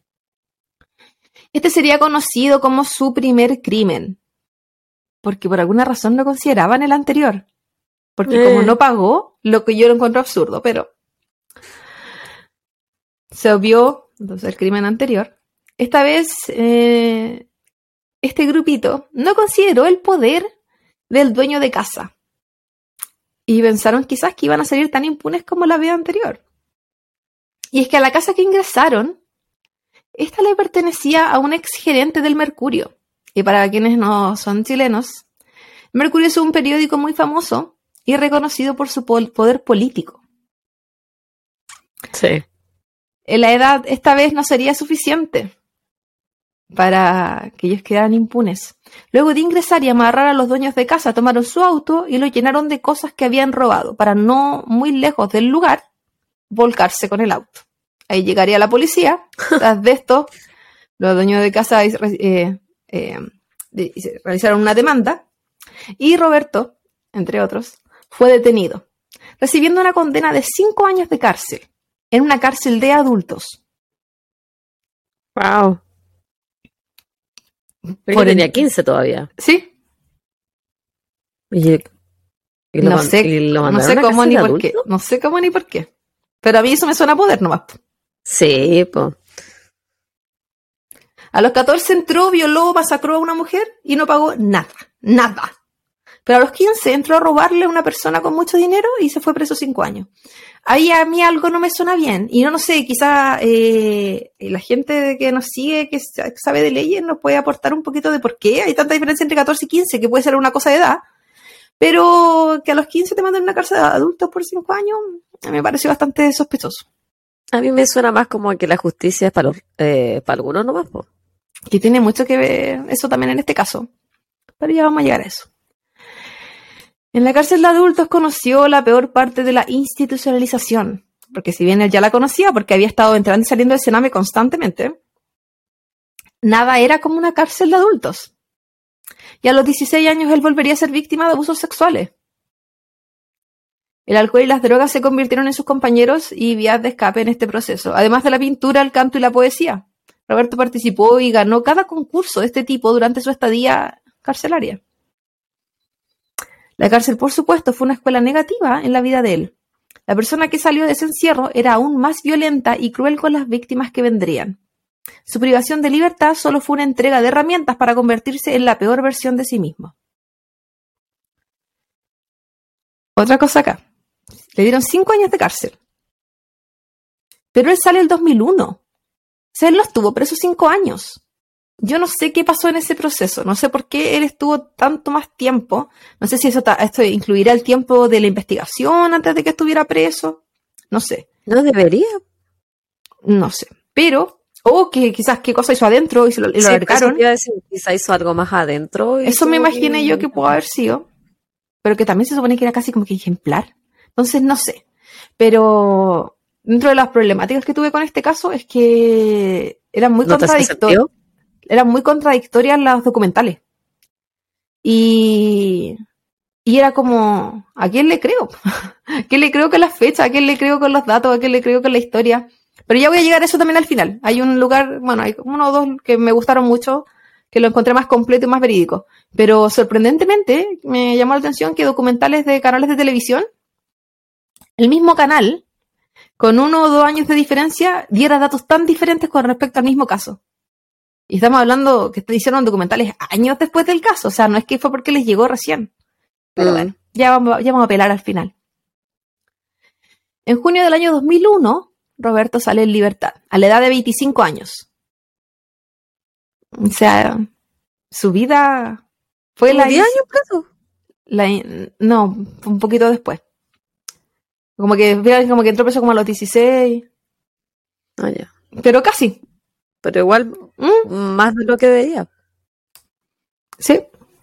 Este sería conocido como su primer crimen, porque por alguna razón no consideraban el anterior. Porque como no pagó, lo que yo lo encuentro absurdo, pero se obvió entonces el crimen anterior. Esta vez, este grupito no consideró el poder del dueño de casa. Y pensaron quizás que iban a salir tan impunes como la vez anterior. Y es que a la casa que ingresaron, esta le pertenecía a un exgerente del Mercurio. Y para quienes no son chilenos, Mercurio es un periódico muy famoso y reconocido por su poder político. Sí. La edad esta vez no sería suficiente para que ellos quedaran impunes. Luego de ingresar y amarrar a los dueños de casa, tomaron su auto y lo llenaron de cosas que habían robado, para no muy lejos del lugar volcarse con el auto. Ahí llegaría la policía. Tras de esto, los dueños de casa realizaron una demanda y Roberto, entre otros, fue detenido, recibiendo una condena de 5 años de cárcel en una cárcel de adultos. Wow. Porque tenía 15 todavía. Sí. Y no sé cómo ni por qué. No sé cómo ni por qué. Pero a mí eso me suena a poder nomás. Sí, pues. A los 14 entró, violó, masacró a una mujer y no pagó nada. Nada. Pero a los 15 entró a robarle a una persona con mucho dinero y se fue preso 5 años. Ahí a mí algo no me suena bien. Y no sé, quizá la gente que nos sigue, que sabe de leyes, nos puede aportar un poquito de por qué hay tanta diferencia entre 14 y 15, que puede ser una cosa de edad. Pero que a los 15 te manden a una cárcel de adultos por 5 años, me pareció bastante sospechoso. A mí me suena más como que la justicia es para algunos nomás, po. Que tiene mucho que ver eso también en este caso. Pero ya vamos a llegar a eso. En la cárcel de adultos conoció la peor parte de la institucionalización. Porque si bien él ya la conocía, porque había estado entrando y saliendo del Sename constantemente, nada era como una cárcel de adultos. Y a los 16 años él volvería a ser víctima de abusos sexuales. El alcohol y las drogas se convirtieron en sus compañeros y vías de escape en este proceso. Además de la pintura, el canto y la poesía. Roberto participó y ganó cada concurso de este tipo durante su estadía carcelaria. La cárcel, por supuesto, fue una escuela negativa en la vida de él. La persona que salió de ese encierro era aún más violenta y cruel con las víctimas que vendrían. Su privación de libertad solo fue una entrega de herramientas para convertirse en la peor versión de sí mismo. Otra cosa acá. Le dieron 5 años de cárcel. Pero él sale el 2001. O sea, él no estuvo preso 5 años. Yo no sé qué pasó en ese proceso. No sé por qué él estuvo tanto más tiempo. No sé si esto incluirá el tiempo de la investigación antes de que estuviera preso. No sé. No debería. No sé. Pero, o que quizás qué cosa hizo adentro y lo alargaron. Quizás hizo algo más adentro. Eso me imaginé yo que pudo haber sido. Pero que también se supone que era casi como que ejemplar. Entonces, no sé. Pero dentro de las problemáticas que tuve con este caso es que eran muy contradictorias. Eran muy contradictorias las documentales. Y era como, ¿a quién le creo? ¿A quién le creo con las fechas? ¿A quién le creo con los datos? ¿A quién le creo con la historia? Pero ya voy a llegar a eso también al final. Hay un lugar, bueno, hay uno o dos que me gustaron mucho, que lo encontré más completo y más verídico. Pero sorprendentemente me llamó la atención que documentales de canales de televisión, el mismo canal, con 1 o 2 años de diferencia, diera datos tan diferentes con respecto al mismo caso. Y estamos hablando que hicieron documentales años después del caso. O sea, no es que fue porque les llegó recién. Pero bueno, ya vamos a apelar al final. En junio del año 2001, Roberto sale en libertad, a la edad de 25 años. O sea, su vida fue la... 10 años preso. No, un poquito después. Como que entró preso como a los 16. Ah, ya. Pero casi. Pero igual, más de lo que veía. Sí.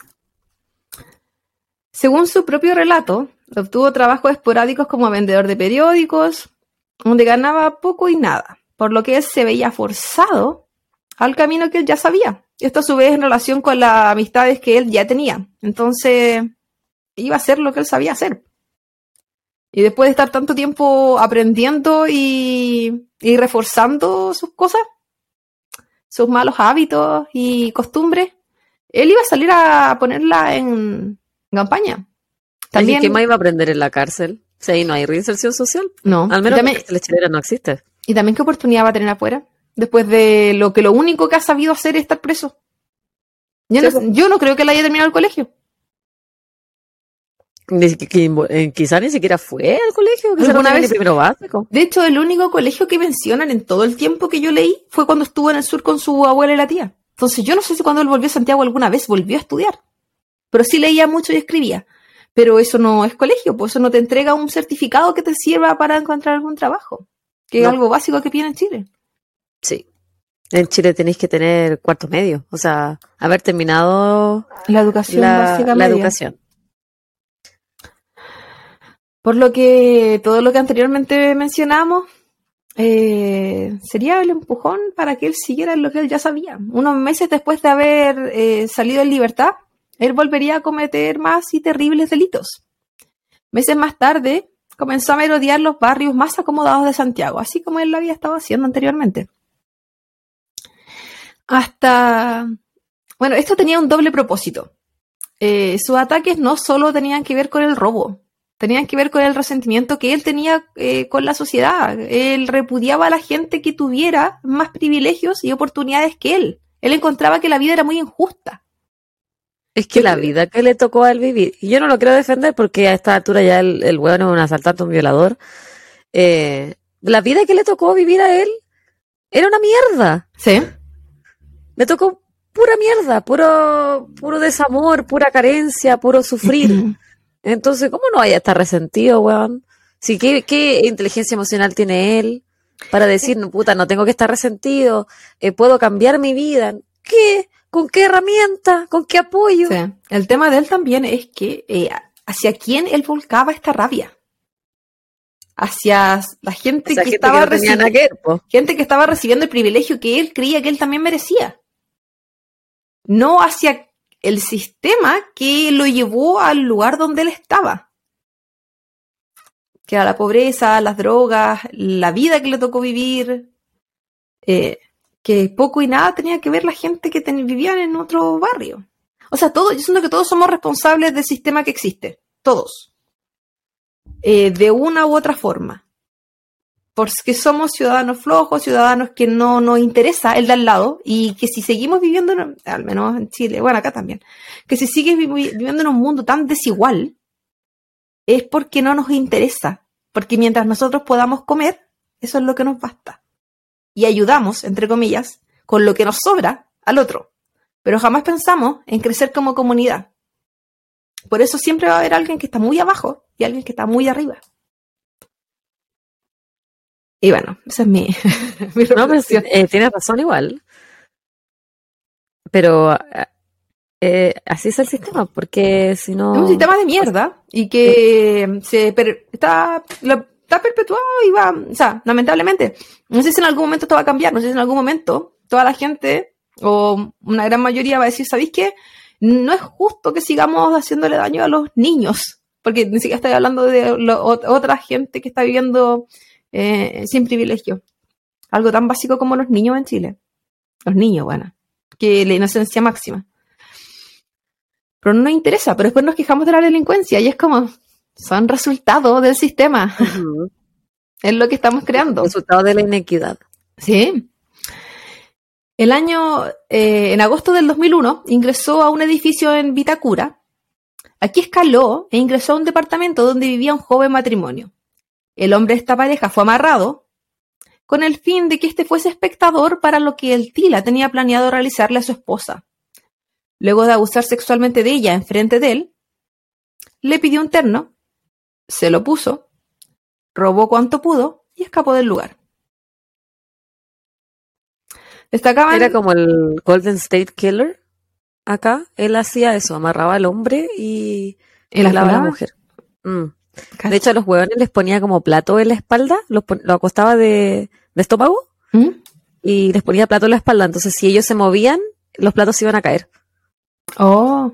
Según su propio relato, obtuvo trabajos esporádicos como vendedor de periódicos, donde ganaba poco y nada, por lo que él se veía forzado al camino que él ya sabía. Esto a su vez en relación con las amistades que él ya tenía. Entonces, iba a hacer lo que él sabía hacer. Y después de estar tanto tiempo aprendiendo y reforzando sus cosas, sus malos hábitos y costumbres, él iba a salir a ponerla en campaña. También, ¿qué más iba a aprender en la cárcel? O sea, ahí no hay reinserción social. No. Al menos la cárcel chilena no existe. Y también, ¿qué oportunidad va a tener afuera? Después de lo único que ha sabido hacer es estar preso. Yo no creo que él haya terminado el colegio. Quizás ni siquiera fue al colegio. ¿Alguna vez? Primero básico. De hecho, el único colegio que mencionan en todo el tiempo que yo leí fue cuando estuvo en el sur con su abuela y la tía. Entonces, yo no sé si cuando él volvió a Santiago alguna vez volvió a estudiar. Pero sí leía mucho y escribía. Pero eso no es colegio, pues eso no te entrega un certificado que te sirva para encontrar algún trabajo. Que es algo básico que piden en Chile. Sí. En Chile tenéis que tener cuarto medio. O sea, haber terminado la educación básica la media. Educación. Por lo que todo lo que anteriormente mencionamos sería el empujón para que él siguiera en lo que él ya sabía. Unos meses después de haber salido en libertad, él volvería a cometer más y terribles delitos. Meses más tarde, comenzó a merodear los barrios más acomodados de Santiago, así como él lo había estado haciendo anteriormente. Bueno, esto tenía un doble propósito. Sus ataques no solo tenían que ver con el robo, tenían que ver con el resentimiento que él tenía con la sociedad. Él repudiaba a la gente que tuviera más privilegios y oportunidades que él. Él encontraba que la vida era muy injusta. Es que la vida que le tocó a él vivir, y yo no lo quiero defender porque a esta altura ya el hueón es un asaltante, un violador. La vida que le tocó vivir a él era una mierda. Sí. Le tocó pura mierda, puro desamor, pura carencia, puro sufrir. Entonces, ¿cómo no vaya a estar resentido, weón? Sí, ¿qué inteligencia emocional tiene él para decir, no, puta, no tengo que estar resentido, puedo cambiar mi vida? ¿Qué? ¿Con qué herramienta? ¿Con qué apoyo? Sí. El tema de él también es que hacia quién él volcaba esta rabia. Hacia la gente que estaba gente que estaba recibiendo el privilegio que él creía que él también merecía. No hacia el sistema que lo llevó al lugar donde él estaba. Que era la pobreza, las drogas, la vida que le tocó vivir. Que poco y nada tenía que ver la gente que vivían en otro barrio. O sea, yo siento que todos somos responsables del sistema que existe. Todos. De una u otra forma. Porque somos ciudadanos flojos, ciudadanos que no nos interesa el de al lado, y que si seguimos viviendo, al menos en Chile, bueno, acá también, que si sigues viviendo en un mundo tan desigual, es porque no nos interesa. Porque mientras nosotros podamos comer, eso es lo que nos basta. Y ayudamos, entre comillas, con lo que nos sobra al otro. Pero jamás pensamos en crecer como comunidad. Por eso siempre va a haber alguien que está muy abajo y alguien que está muy arriba. Y bueno, esa es mi no, pero tienes razón igual. Pero así es el sistema, porque si no... Es un sistema de mierda y que está perpetuado y va... O sea, lamentablemente. No sé si en algún momento esto va a cambiar, no sé si en algún momento toda la gente o una gran mayoría va a decir, ¿sabéis qué? No es justo que sigamos haciéndole daño a los niños, porque ni siquiera estoy hablando de otra gente que está viviendo sin privilegio. Algo tan básico como los niños en Chile. Los niños, bueno, que la inocencia máxima. Pero no nos interesa, pero después nos quejamos de la delincuencia y es como, son resultados del sistema. Uh-huh. Es lo que estamos creando. Resultado de la inequidad. Sí. En agosto del 2001, ingresó a un edificio en Vitacura. Aquí escaló e ingresó a un departamento donde vivía un joven matrimonio. El hombre de esta pareja fue amarrado, con el fin de que éste fuese espectador para lo que el Tila tenía planeado realizarle a su esposa. Luego de abusar sexualmente de ella enfrente de él, le pidió un terno, se lo puso, robó cuanto pudo y escapó del lugar. Destacaban... Era como el Golden State Killer. Acá, él hacía eso, amarraba al hombre y violaba a la mujer. De hecho, a los huevones les ponía como plato en la espalda, lo acostaba de estómago y les ponía plato en la espalda. Entonces, si ellos se movían, los platos se iban a caer. Oh.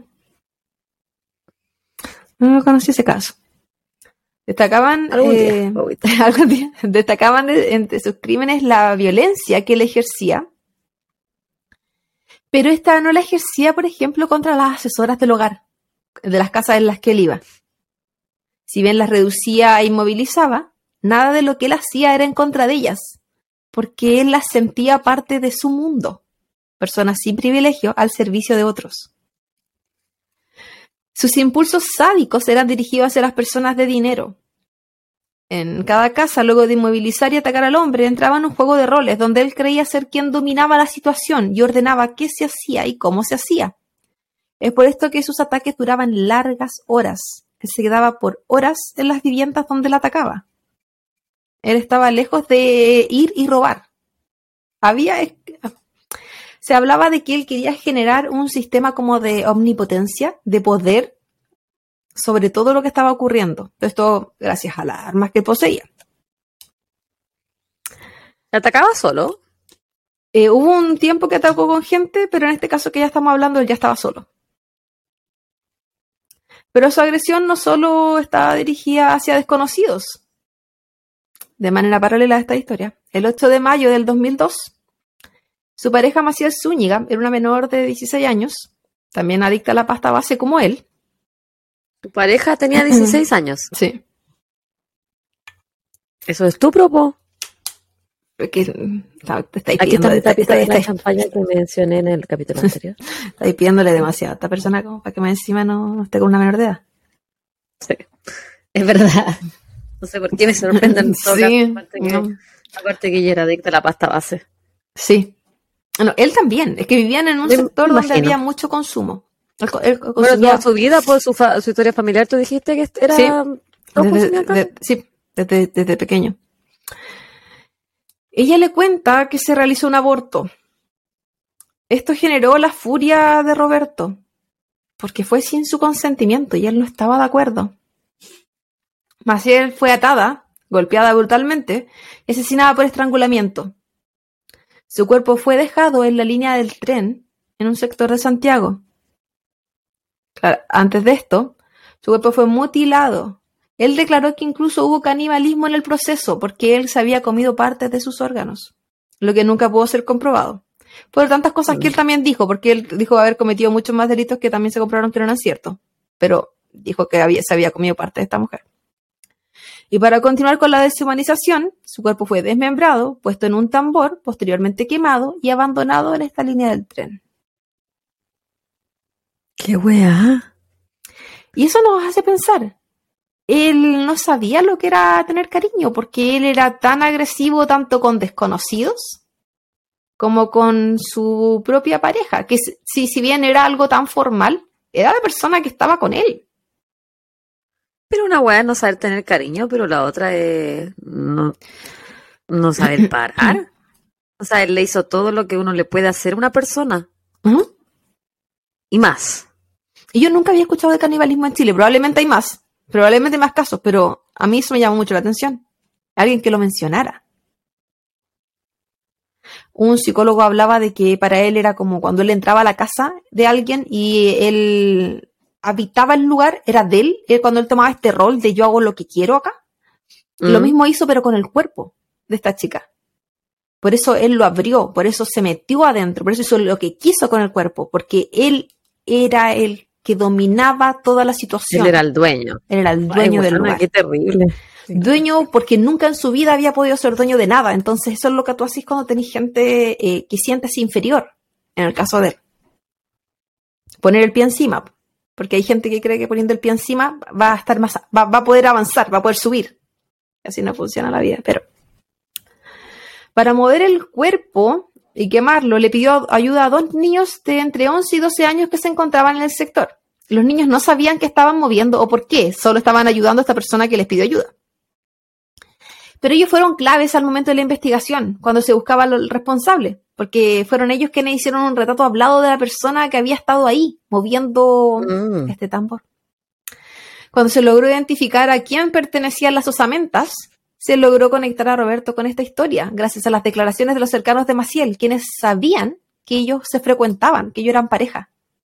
No conocí ese caso. Destacaban destacaban entre sus crímenes la violencia que él ejercía, pero esta no la ejercía, por ejemplo, contra las asesoras del hogar, de las casas en las que él iba. Si bien las reducía e inmovilizaba, nada de lo que él hacía era en contra de ellas, porque él las sentía parte de su mundo, personas sin privilegio al servicio de otros. Sus impulsos sádicos eran dirigidos hacia las personas de dinero. En cada casa, luego de inmovilizar y atacar al hombre, entraba en un juego de roles donde él creía ser quien dominaba la situación y ordenaba qué se hacía y cómo se hacía. Es por esto que sus ataques duraban largas horas. Él se quedaba por horas en las viviendas donde la atacaba. Él estaba lejos de ir y robar. Se hablaba de que él quería generar un sistema como de omnipotencia, de poder, sobre todo lo que estaba ocurriendo. Esto gracias a las armas que poseía. ¿Atacaba solo? Hubo un tiempo que atacó con gente, pero en este caso que ya estamos hablando, él ya estaba solo. Pero su agresión no solo estaba dirigida hacia desconocidos. De manera paralela a esta historia, el 8 de mayo del 2002, su pareja Maciel Zúñiga era una menor de 16 años, también adicta a la pasta base como él. ¿Tu pareja tenía 16 años? Sí. ¿Eso es tu propo? Porque te estáis Aquí pidiendo, está mi tapita de la champaña que mencioné en el capítulo anterior. Estáis pidiéndole demasiado a esta persona como para que más encima no esté con una menor de edad. Sí, es verdad. No sé por qué me sorprenden todo. Sí, aparte que ella era adicta a la pasta base. Sí. Bueno, él también. Es que vivían en un sector donde había mucho consumo. Bueno, toda su vida, por su historia familiar, tú dijiste que era... Sí, desde pequeño. Ella le cuenta que se realizó un aborto. Esto generó la furia de Roberto, porque fue sin su consentimiento y él no estaba de acuerdo. Maciel fue atada, golpeada brutalmente y asesinada por estrangulamiento. Su cuerpo fue dejado en la línea del tren en un sector de Santiago. Claro, antes de esto, su cuerpo fue mutilado. Él declaró que incluso hubo canibalismo en el proceso porque él se había comido partes de sus órganos, lo que nunca pudo ser comprobado. Por tantas cosas que él también dijo, porque él dijo haber cometido muchos más delitos que también se comprobaron que no eran ciertos, pero dijo que se había comido parte de esta mujer. Y para continuar con la deshumanización, su cuerpo fue desmembrado, puesto en un tambor, posteriormente quemado y abandonado en esta línea del tren. ¡Qué weá! Y eso nos hace pensar. Él no sabía lo que era tener cariño, porque él era tan agresivo tanto con desconocidos como con su propia pareja, que si bien era algo tan formal, era la persona que estaba con él. Pero una weá es no saber tener cariño, pero la otra es no saber parar. O sea, él le hizo todo lo que uno le puede hacer a una persona. ¿Uh-huh? Y más. Y yo nunca había escuchado de canibalismo en Chile. Probablemente hay más. Probablemente hay más casos, pero a mí eso me llamó mucho la atención. Alguien que lo mencionara. Un psicólogo hablaba de que para él era como cuando él entraba a la casa de alguien y él habitaba el lugar, era de él, cuando él tomaba este rol de yo hago lo que quiero acá. Lo mismo hizo, pero con el cuerpo de esta chica. Por eso él lo abrió, por eso se metió adentro, por eso hizo lo que quiso con el cuerpo, porque él era el que dominaba toda la situación. Él era el dueño. Él era el dueño del lugar. Qué terrible. Dueño porque nunca en su vida había podido ser dueño de nada. Entonces eso es lo que tú haces cuando tenés gente que sientes inferior, en el caso de él. Poner el pie encima, porque hay gente que cree que poniendo el pie encima va a estar más, va a poder avanzar, va a poder subir. Así no funciona la vida, Para mover el cuerpo y quemarlo, le pidió ayuda a 2 niños de entre 11 y 12 años que se encontraban en el sector. Los niños no sabían qué estaban moviendo o por qué, solo estaban ayudando a esta persona que les pidió ayuda. Pero ellos fueron claves al momento de la investigación, cuando se buscaba al responsable, porque fueron ellos quienes hicieron un retrato hablado de la persona que había estado ahí, moviendo este tambor. Cuando se logró identificar a quién pertenecían las osamentas, se logró conectar a Roberto con esta historia, gracias a las declaraciones de los cercanos de Maciel, quienes sabían que ellos se frecuentaban, que ellos eran pareja.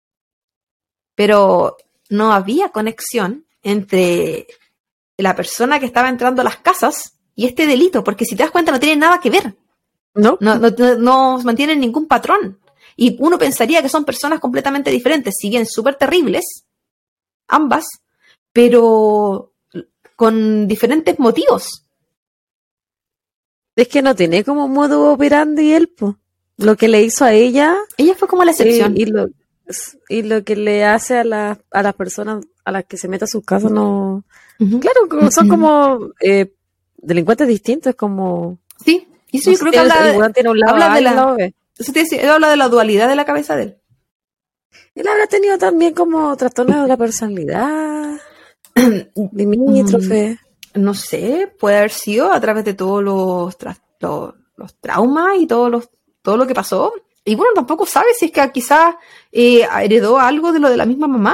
Pero no había conexión entre la persona que estaba entrando a las casas y este delito, porque si te das cuenta no tiene nada que ver. No mantienen ningún patrón. Y uno pensaría que son personas completamente diferentes, si bien súper terribles, ambas, pero con diferentes motivos. Es que no tiene como modo operandi él, po. Lo que le hizo a ella... Ella fue como la excepción. Y lo que le hace a las personas a las que se mete a sus casas no... Claro, son como delincuentes distintos, como... Sí, y eso no, yo creo que habla de la dualidad de la cabeza de él. Él habrá tenido también como trastornos de la personalidad, limítrofe. No sé, puede haber sido a través de todos los traumas y todo lo que pasó. Y bueno, tampoco sabe si es que quizás heredó algo de lo de la misma mamá.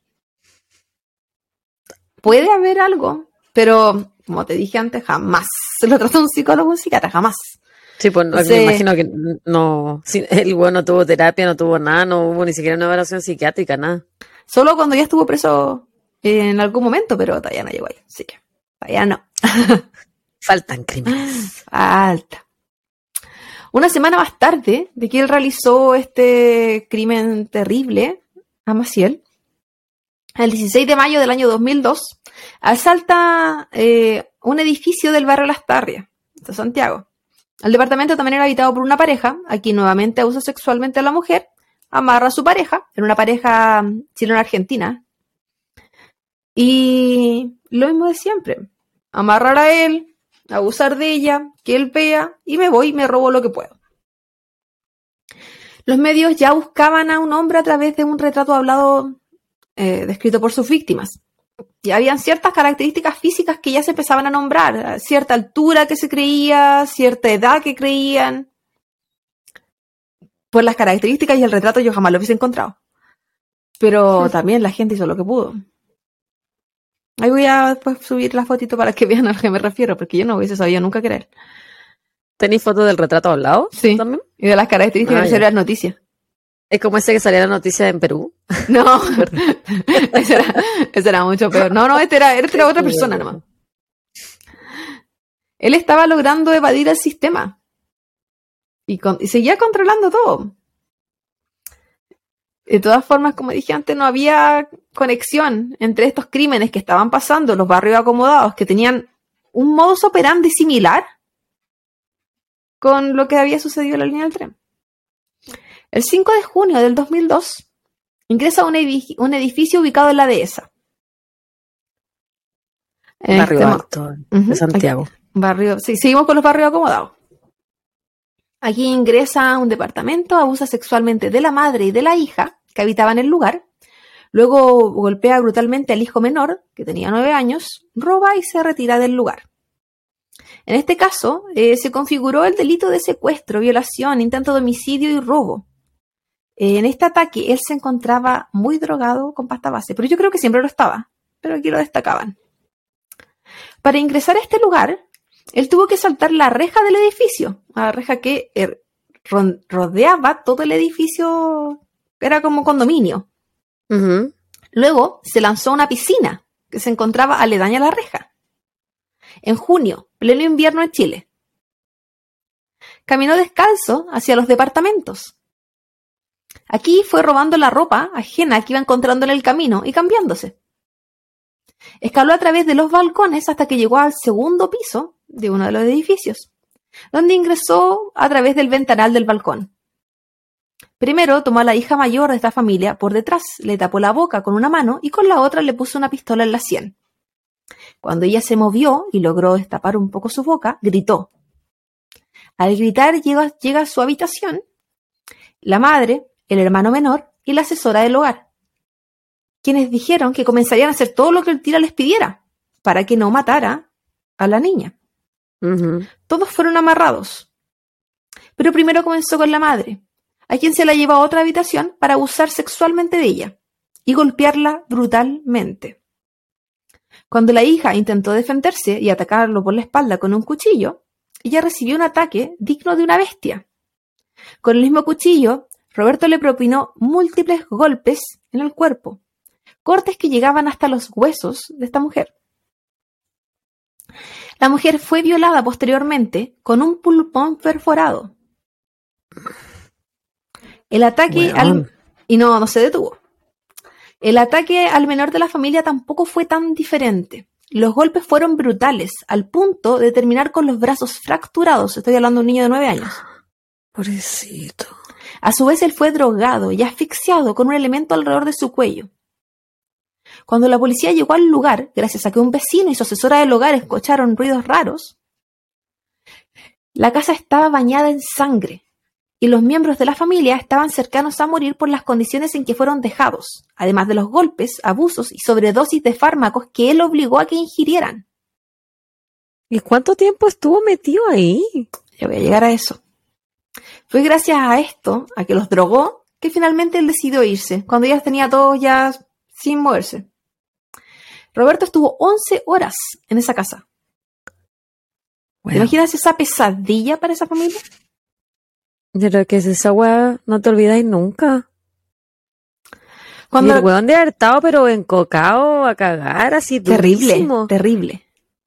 Puede haber algo, pero como te dije antes, jamás se lo trató un psicólogo o un psiquiatra, jamás. Sí, pues me imagino que no, el bueno no tuvo terapia, no tuvo nada, no hubo ni siquiera una evaluación psiquiátrica, nada. Solo cuando ya estuvo preso en algún momento, pero todavía no llegó ahí, así que todavía no. Faltan crímenes. Falta. Una semana más tarde de que él realizó este crimen terrible a Maciel, el 16 de mayo del año 2002, asalta un edificio del barrio Las Tarrias, de Santiago. El departamento también era habitado por una pareja, a quien nuevamente abusa sexualmente a la mujer, amarra a su pareja, era una pareja chileno-argentina, y lo mismo de siempre, amarrar a él, abusar de ella, que él vea, y me voy y me robo lo que puedo. Los medios ya buscaban a un hombre a través de un retrato hablado descrito por sus víctimas. Y habían ciertas características físicas que ya se empezaban a nombrar, cierta altura que se creía, cierta edad que creían. Por las características y el retrato yo jamás lo hubiese encontrado. Pero también la gente hizo lo que pudo. Ahí voy a después subir la fotito para que vean a lo que me refiero, porque yo no hubiese sabido nunca que era él. ¿Tenéis fotos del retrato al lado? Sí, también. Y de las características que salían las noticias. Es como ese que salía la noticia en Perú. No, ese era mucho peor. No, este era otra persona nomás. Él estaba logrando evadir el sistema. Y seguía controlando todo. De todas formas, como dije antes, no había conexión entre estos crímenes que estaban pasando en los barrios acomodados, que tenían un modus operandi similar con lo que había sucedido en la línea del tren. El 5 de junio del 2002 ingresa a un edificio ubicado en la Dehesa. Barrio Alto de Santiago. Sí, seguimos con los barrios acomodados. Aquí ingresa a un departamento, abusa sexualmente de la madre y de la hija que habitaban el lugar. Luego golpea brutalmente al hijo menor, que tenía 9 años, roba y se retira del lugar. En este caso, se configuró el delito de secuestro, violación, intento de homicidio y robo. En este ataque, él se encontraba muy drogado con pasta base, pero yo creo que siempre lo estaba, pero aquí lo destacaban. Para ingresar a este lugar, él tuvo que saltar la reja del edificio, la reja que rodeaba todo el edificio, era como condominio. Uh-huh. Luego se lanzó a una piscina que se encontraba aledaña a la reja. En junio, pleno invierno en Chile. Caminó descalzo hacia los departamentos. Aquí fue robando la ropa ajena que iba encontrando en el camino y cambiándose. Escaló a través de los balcones hasta que llegó al segundo piso de uno de los edificios, donde ingresó a través del ventanal del balcón. Primero tomó a la hija mayor de esta familia por detrás, le tapó la boca con una mano y con la otra le puso una pistola en la sien. Cuando ella se movió y logró destapar un poco su boca, gritó. Al gritar llega a su habitación la madre, el hermano menor y la asesora del hogar, quienes dijeron que comenzarían a hacer todo lo que el tira les pidiera para que no matara a la niña. Ujú. Todos fueron amarrados, pero primero comenzó con la madre, a quien se la llevó a otra habitación para abusar sexualmente de ella y golpearla brutalmente. Cuando la hija intentó defenderse y atacarlo por la espalda con un cuchillo, ella recibió un ataque digno de una bestia. Con el mismo cuchillo, Roberto le propinó múltiples golpes en el cuerpo, cortes que llegaban hasta los huesos de esta mujer. La mujer fue violada posteriormente con un pulmón perforado. El ataque y no se detuvo. El ataque al menor de la familia tampoco fue tan diferente. Los golpes fueron brutales, al punto de terminar con los brazos fracturados. Estoy hablando de un niño de 9 años. Pobrecito. A su vez, él fue drogado y asfixiado con un elemento alrededor de su cuello. Cuando la policía llegó al lugar, gracias a que un vecino y su asesora del hogar escucharon ruidos raros, la casa estaba bañada en sangre y los miembros de la familia estaban cercanos a morir por las condiciones en que fueron dejados, además de los golpes, abusos y sobredosis de fármacos que él obligó a que ingirieran. ¿Y cuánto tiempo estuvo metido ahí? Ya voy a llegar a eso. Fue gracias a esto, a que los drogó, que finalmente él decidió irse, cuando ya tenía todos ya sin moverse. Roberto estuvo 11 horas en esa casa. Bueno, ¿Te imaginas esa pesadilla para esa familia? yo creo que es esa weá, no te olvidáis nunca. Cuando Y el weón de haber estado, pero encocado a cagar, así terrible, durísimo. terrible.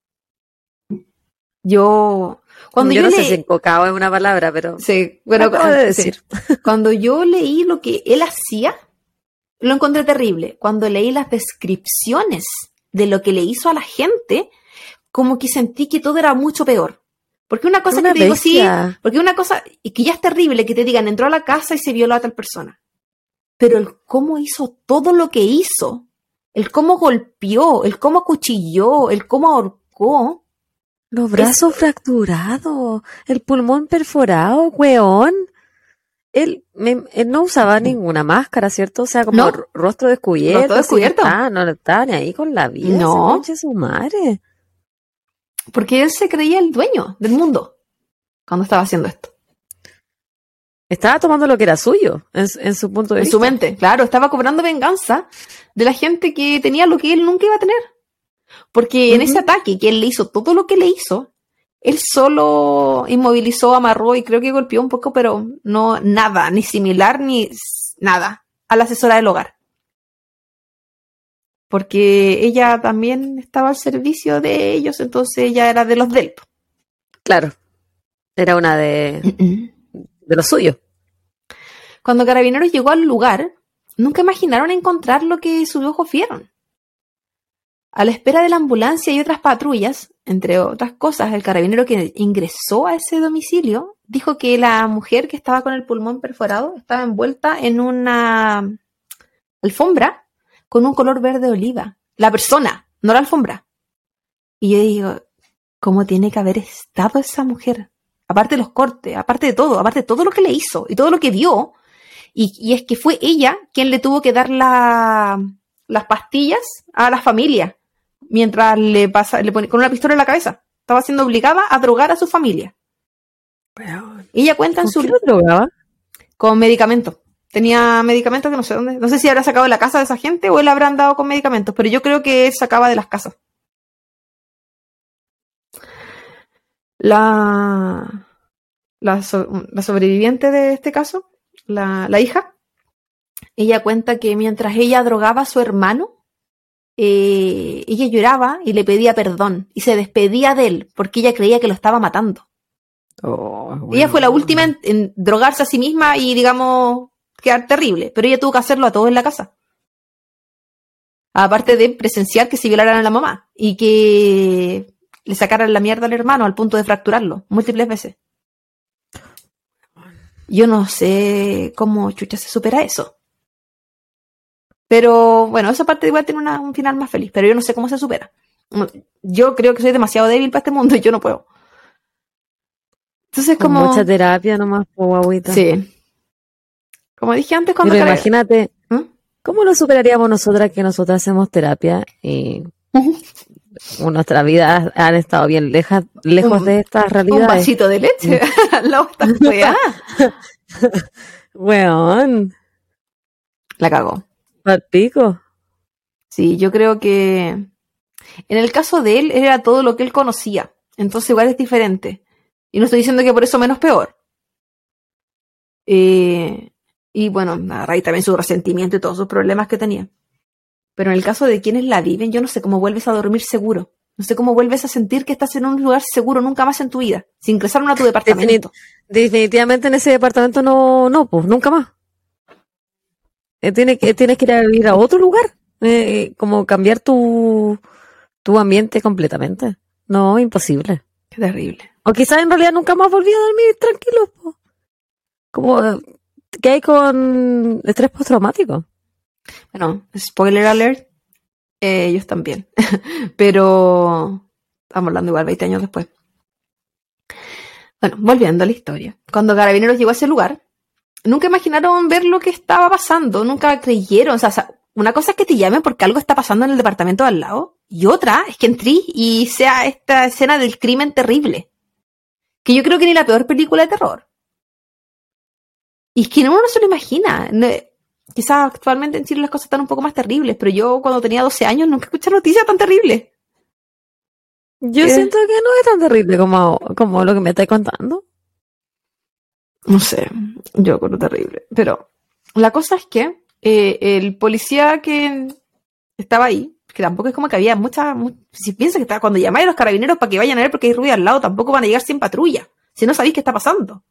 Cuando yo no sé leí, si encocado es una palabra, pero sí, bueno, acabo de sí. decir. Cuando yo leí lo que él hacía, lo encontré terrible. Cuando leí las descripciones de lo que le hizo a la gente, como que sentí que todo era mucho peor. Porque una cosa Una que te digo, sí, bestia. porque una cosa, y que ya es terrible que te digan, entró a la casa y se violó a tal persona. Pero el cómo hizo todo lo que hizo, el cómo golpeó, el cómo acuchilló, el cómo ahorcó. Los brazos fracturados, el pulmón perforado, weón. Él no usaba ninguna máscara, ¿cierto? O sea, como No. rostro descubierto. Rostro descubierto. No estaba ni ahí con la vida. No. ese conche su madre. Porque él se creía el dueño del mundo cuando estaba haciendo esto. Estaba tomando lo que era suyo, en su punto de En vista. su mente, claro, estaba cobrando venganza de la gente que tenía lo que él nunca iba a tener. Porque en ese ataque que él le hizo todo lo que le hizo, él solo inmovilizó, amarró y creo que golpeó un poco, pero no nada, ni similar ni nada, a la asesora del hogar. Porque ella también estaba al servicio de ellos, entonces ella era de los del. Claro. Era una de lo suyo. Cuando Carabineros llegó al lugar, nunca imaginaron encontrar lo que sus ojos vieron. A la espera de la ambulancia y otras patrullas, entre otras cosas, el carabinero que ingresó a ese domicilio dijo que la mujer que estaba con el pulmón perforado estaba envuelta en una alfombra con un color verde oliva. La persona, no la alfombra. Y yo digo, ¿cómo tiene que haber estado esa mujer? Aparte de los cortes, aparte de todo lo que le hizo y todo lo que vio. Y es que fue ella quien le tuvo que dar las pastillas a la familia mientras le pone con una pistola en la cabeza. Estaba siendo obligada a drogar a su familia. Bueno, Ella cuenta en ¿con su... qué lo drogaba? Con medicamentos. Tenía medicamentos que no sé dónde. No sé si habrá sacado de la casa de esa gente o él habrá andado con medicamentos, pero yo creo que él sacaba de las casas. La sobreviviente de este caso, la hija, ella cuenta que mientras ella drogaba a su hermano, ella lloraba y le pedía perdón y se despedía de él porque ella creía que lo estaba matando. Bueno. Ella fue la última en drogarse a sí misma y, digamos, quedar terrible, pero ella tuvo que hacerlo a todos en la casa. Aparte de presenciar que se violaran a la mamá y que le sacaran la mierda al hermano al punto de fracturarlo múltiples veces. Yo no sé cómo chucha se supera eso. Pero bueno, esa parte igual tiene un final más feliz, pero yo no sé cómo se supera. Yo creo que soy demasiado débil para este mundo y yo no puedo. Entonces Con como... mucha terapia nomás, po, guagüita. Sí. Como dije antes cuando... Pero imagínate, ¿Mm? ¿cómo lo superaríamos nosotras que nosotras hacemos terapia y nuestras vidas han estado bien lejos de estas Un realidades? vasito de leche. La otra weá. Weón, La cagó. pal pico. Sí, yo creo que en el caso de él era todo lo que él conocía. Entonces igual es diferente. Y no estoy diciendo que por eso menos peor. Y bueno, a raíz también su resentimiento y todos sus problemas que tenía. Pero en el caso de quienes la viven, yo no sé cómo vuelves a dormir seguro. No sé cómo vuelves a sentir que estás en un lugar seguro nunca más en tu vida. Si ingresaron a tu departamento. Definitivamente en ese departamento no, pues nunca más. Tienes que ir a vivir a otro lugar. Como cambiar tu ambiente completamente. No, imposible. Qué terrible. O quizás en realidad nunca más volví a dormir tranquilo, po. Como que hay con estrés postraumático. Bueno, spoiler alert. Ellos también. Pero estamos hablando igual 20 años después. Bueno, volviendo a la historia. Cuando Carabineros llegó a ese lugar, nunca imaginaron ver lo que estaba pasando. Nunca creyeron. O sea, una cosa es que te llamen porque algo está pasando en el departamento de al lado. Y otra es que entré y sea esta escena del crimen terrible. Que yo creo que ni la peor película de terror. Y es que uno no se lo imagina. No, quizás actualmente en Chile las cosas están un poco más terribles, pero yo cuando tenía 12 años nunca escuché noticias tan terribles. Yo siento que no es tan terrible como lo que me estáis contando. No sé, yo lo creo terrible. Pero la cosa es que el policía que estaba ahí, que tampoco es como que había si piensas que estaba, cuando llamáis a los carabineros para que vayan a ver porque hay ruido al lado, tampoco van a llegar sin patrulla, si no sabéis qué está pasando.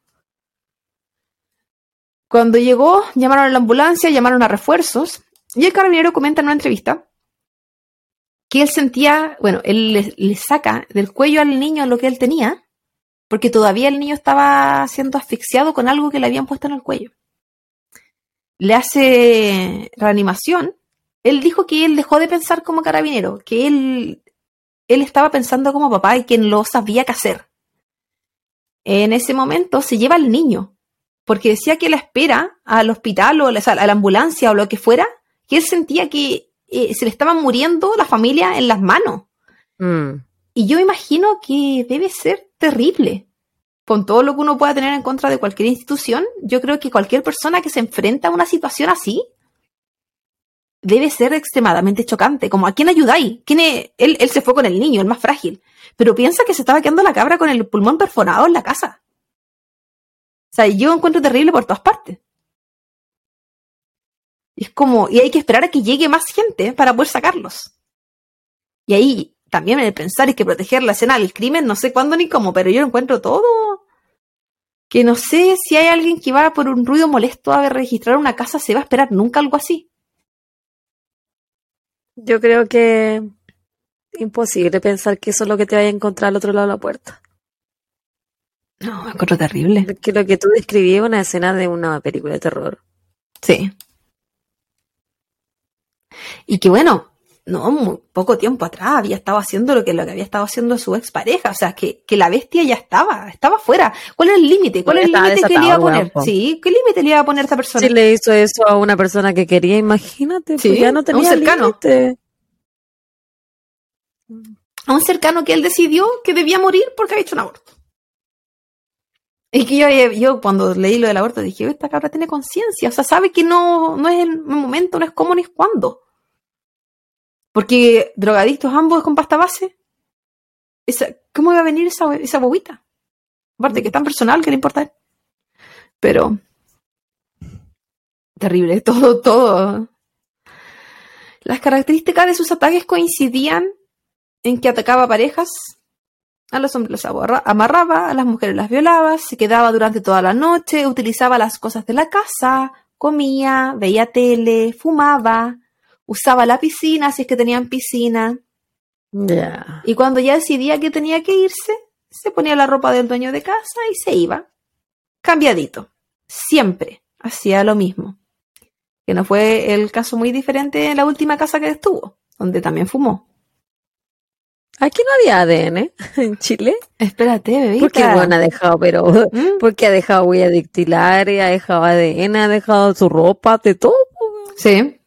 Cuando llegó, llamaron a la ambulancia, llamaron a refuerzos, y el carabinero comenta en una entrevista que él sentía, bueno, él le saca del cuello al niño lo que él tenía, porque todavía el niño estaba siendo asfixiado con algo que le habían puesto en el cuello. Le hace reanimación. Él dijo que él dejó de pensar como carabinero, que él estaba pensando como papá y que no sabía qué hacer. En ese momento se lleva al niño, porque decía que la espera al hospital o a la ambulancia o lo que fuera, que él sentía que se le estaba muriendo la familia en las manos. Y yo imagino que debe ser terrible. Con todo lo que uno pueda tener en contra de cualquier institución, yo creo que cualquier persona que se enfrenta a una situación así debe ser extremadamente chocante. Como, ¿a quién ayudáis? Él se fue con el niño, el más frágil. Pero piensa que se estaba quedando la cabra con el pulmón perforado en la casa. O sea, yo encuentro terrible por todas partes. Y es como, y hay que esperar a que llegue más gente para poder sacarlos. Y ahí también el pensar hay que proteger la escena del crimen, no sé cuándo ni cómo, pero yo encuentro todo. Que no sé si hay alguien que va por un ruido molesto a registrar una casa, se va a esperar nunca algo así. Yo creo que imposible pensar que eso es lo que te vaya a encontrar al otro lado de la puerta. No, me encuentro terrible. Que lo que tú describí es una escena de una película de terror. Sí. Y que bueno, no, muy poco tiempo atrás había estado haciendo lo que había estado haciendo su expareja. O sea, que la bestia ya estaba fuera. ¿Cuál es el límite? ¿Cuál es el límite que le iba a poner? Sí, ¿qué límite le iba a poner a esta persona? Si le hizo eso a una persona que quería, imagínate, sí, pues ya no tenía un cercano. límite. A un cercano que él decidió que debía morir porque había hecho un aborto. Y que yo cuando leí lo del aborto dije, esta cabra tiene conciencia, o sea, sabe que no es el momento, no es cómo ni es cuándo. Porque drogadictos ambos con pasta base, ¿cómo iba a venir esa bobita? Aparte que es tan personal que le importa. Pero terrible, todo. Las características de sus ataques coincidían en que atacaba a parejas, a los hombres los amarraba, a las mujeres las violaba, se quedaba durante toda la noche, utilizaba las cosas de la casa, comía, veía tele, fumaba, usaba la piscina si es que tenían piscina. Yeah. Y cuando ya decidía que tenía que irse, se ponía la ropa del dueño de casa y se iba. Cambiadito. Siempre hacía lo mismo. Que no fue el caso muy diferente en la última casa que estuvo, donde también fumó. Aquí no había ADN en Chile. Espérate, bebita. Porque bueno, ha dejado, pero porque ha dejado huella dactilares, ha dejado ADN, ha dejado su ropa, de todo. Sí.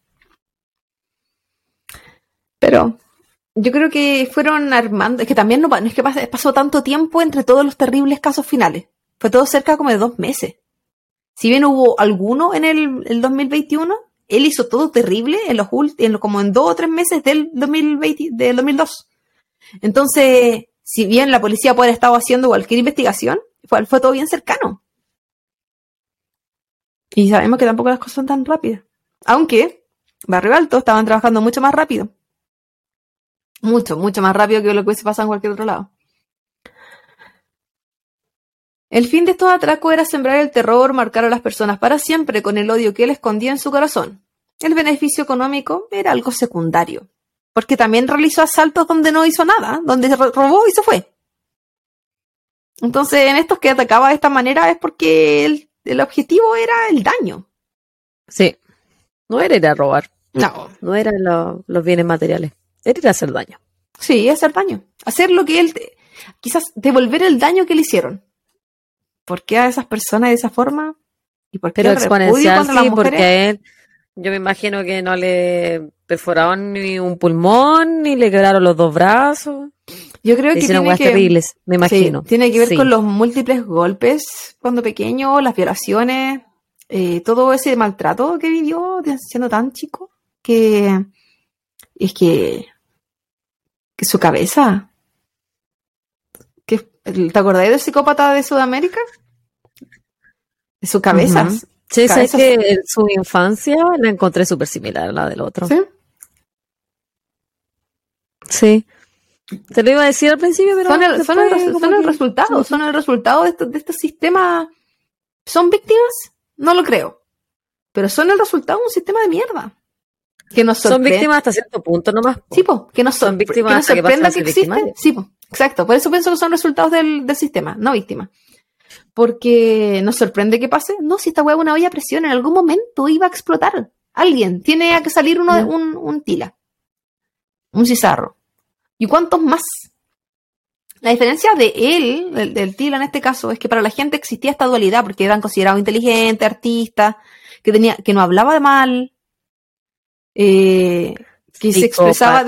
Pero yo creo que fueron armando, es que también no es que pasó tanto tiempo entre todos los terribles casos finales. Fue todo cerca como de 2 meses. Si bien hubo alguno en el 2021, él hizo todo terrible como en 2 o 3 meses del 2002. Entonces, si bien la policía puede haber estado haciendo cualquier investigación, fue todo bien cercano. Y sabemos que tampoco las cosas son tan rápidas. Aunque, Barrio Alto estaban trabajando mucho más rápido. Mucho, mucho más rápido que lo que hubiese pasado en cualquier otro lado. El fin de estos atracos era sembrar el terror, marcar a las personas para siempre con el odio que él escondía en su corazón. El beneficio económico era algo secundario. Porque también realizó asaltos donde no hizo nada, donde se robó y se fue. Entonces, en estos que atacaba de esta manera es porque el objetivo era el daño. Sí. No era ir a robar. No. No eran los bienes materiales. Era ir a hacer daño. Sí, hacer daño. Hacer lo que él... quizás devolver el daño que le hicieron. ¿Por qué a esas personas de esa forma? ¿Y por qué pero el repudio exponencial, contra las sí, mujeres? porque a él, yo me imagino que no le perforaron ni un pulmón, ni le quebraron los 2 brazos. Yo creo Le que hicieron tiene huevas que... terribles, me imagino. Sí, tiene que ver Sí. con los múltiples golpes cuando pequeño, las violaciones, todo ese maltrato que vivió siendo tan chico, que es que su cabeza... ¿Te acordáis del psicópata de Sudamérica? De su cabeza. Ujú. Sí, sabes que su infancia la encontré súper similar a la del otro. ¿Sí? Sí. Te lo iba a decir al principio, pero Son el después son el resultado de estos sistemas. ¿Son víctimas? No lo creo. Pero son el resultado de un sistema de mierda. Que nos son víctimas hasta cierto punto nomás. Po. Sí, po, que nos son víctimas que nos hasta que pasan sorprenda a que ser existe. victimarias. Sí, po, exacto. Por eso pienso que son resultados del sistema, no víctimas. Porque nos sorprende que pase. No, si esta hueá es una olla a presión, en algún momento iba a explotar. Alguien tiene que salir un tila. Un cizarro. ¿Y cuántos más? La diferencia de él, del Tila en este caso, es que para la gente existía esta dualidad, porque eran considerados inteligentes, artistas, que no hablaba de mal, que se expresaba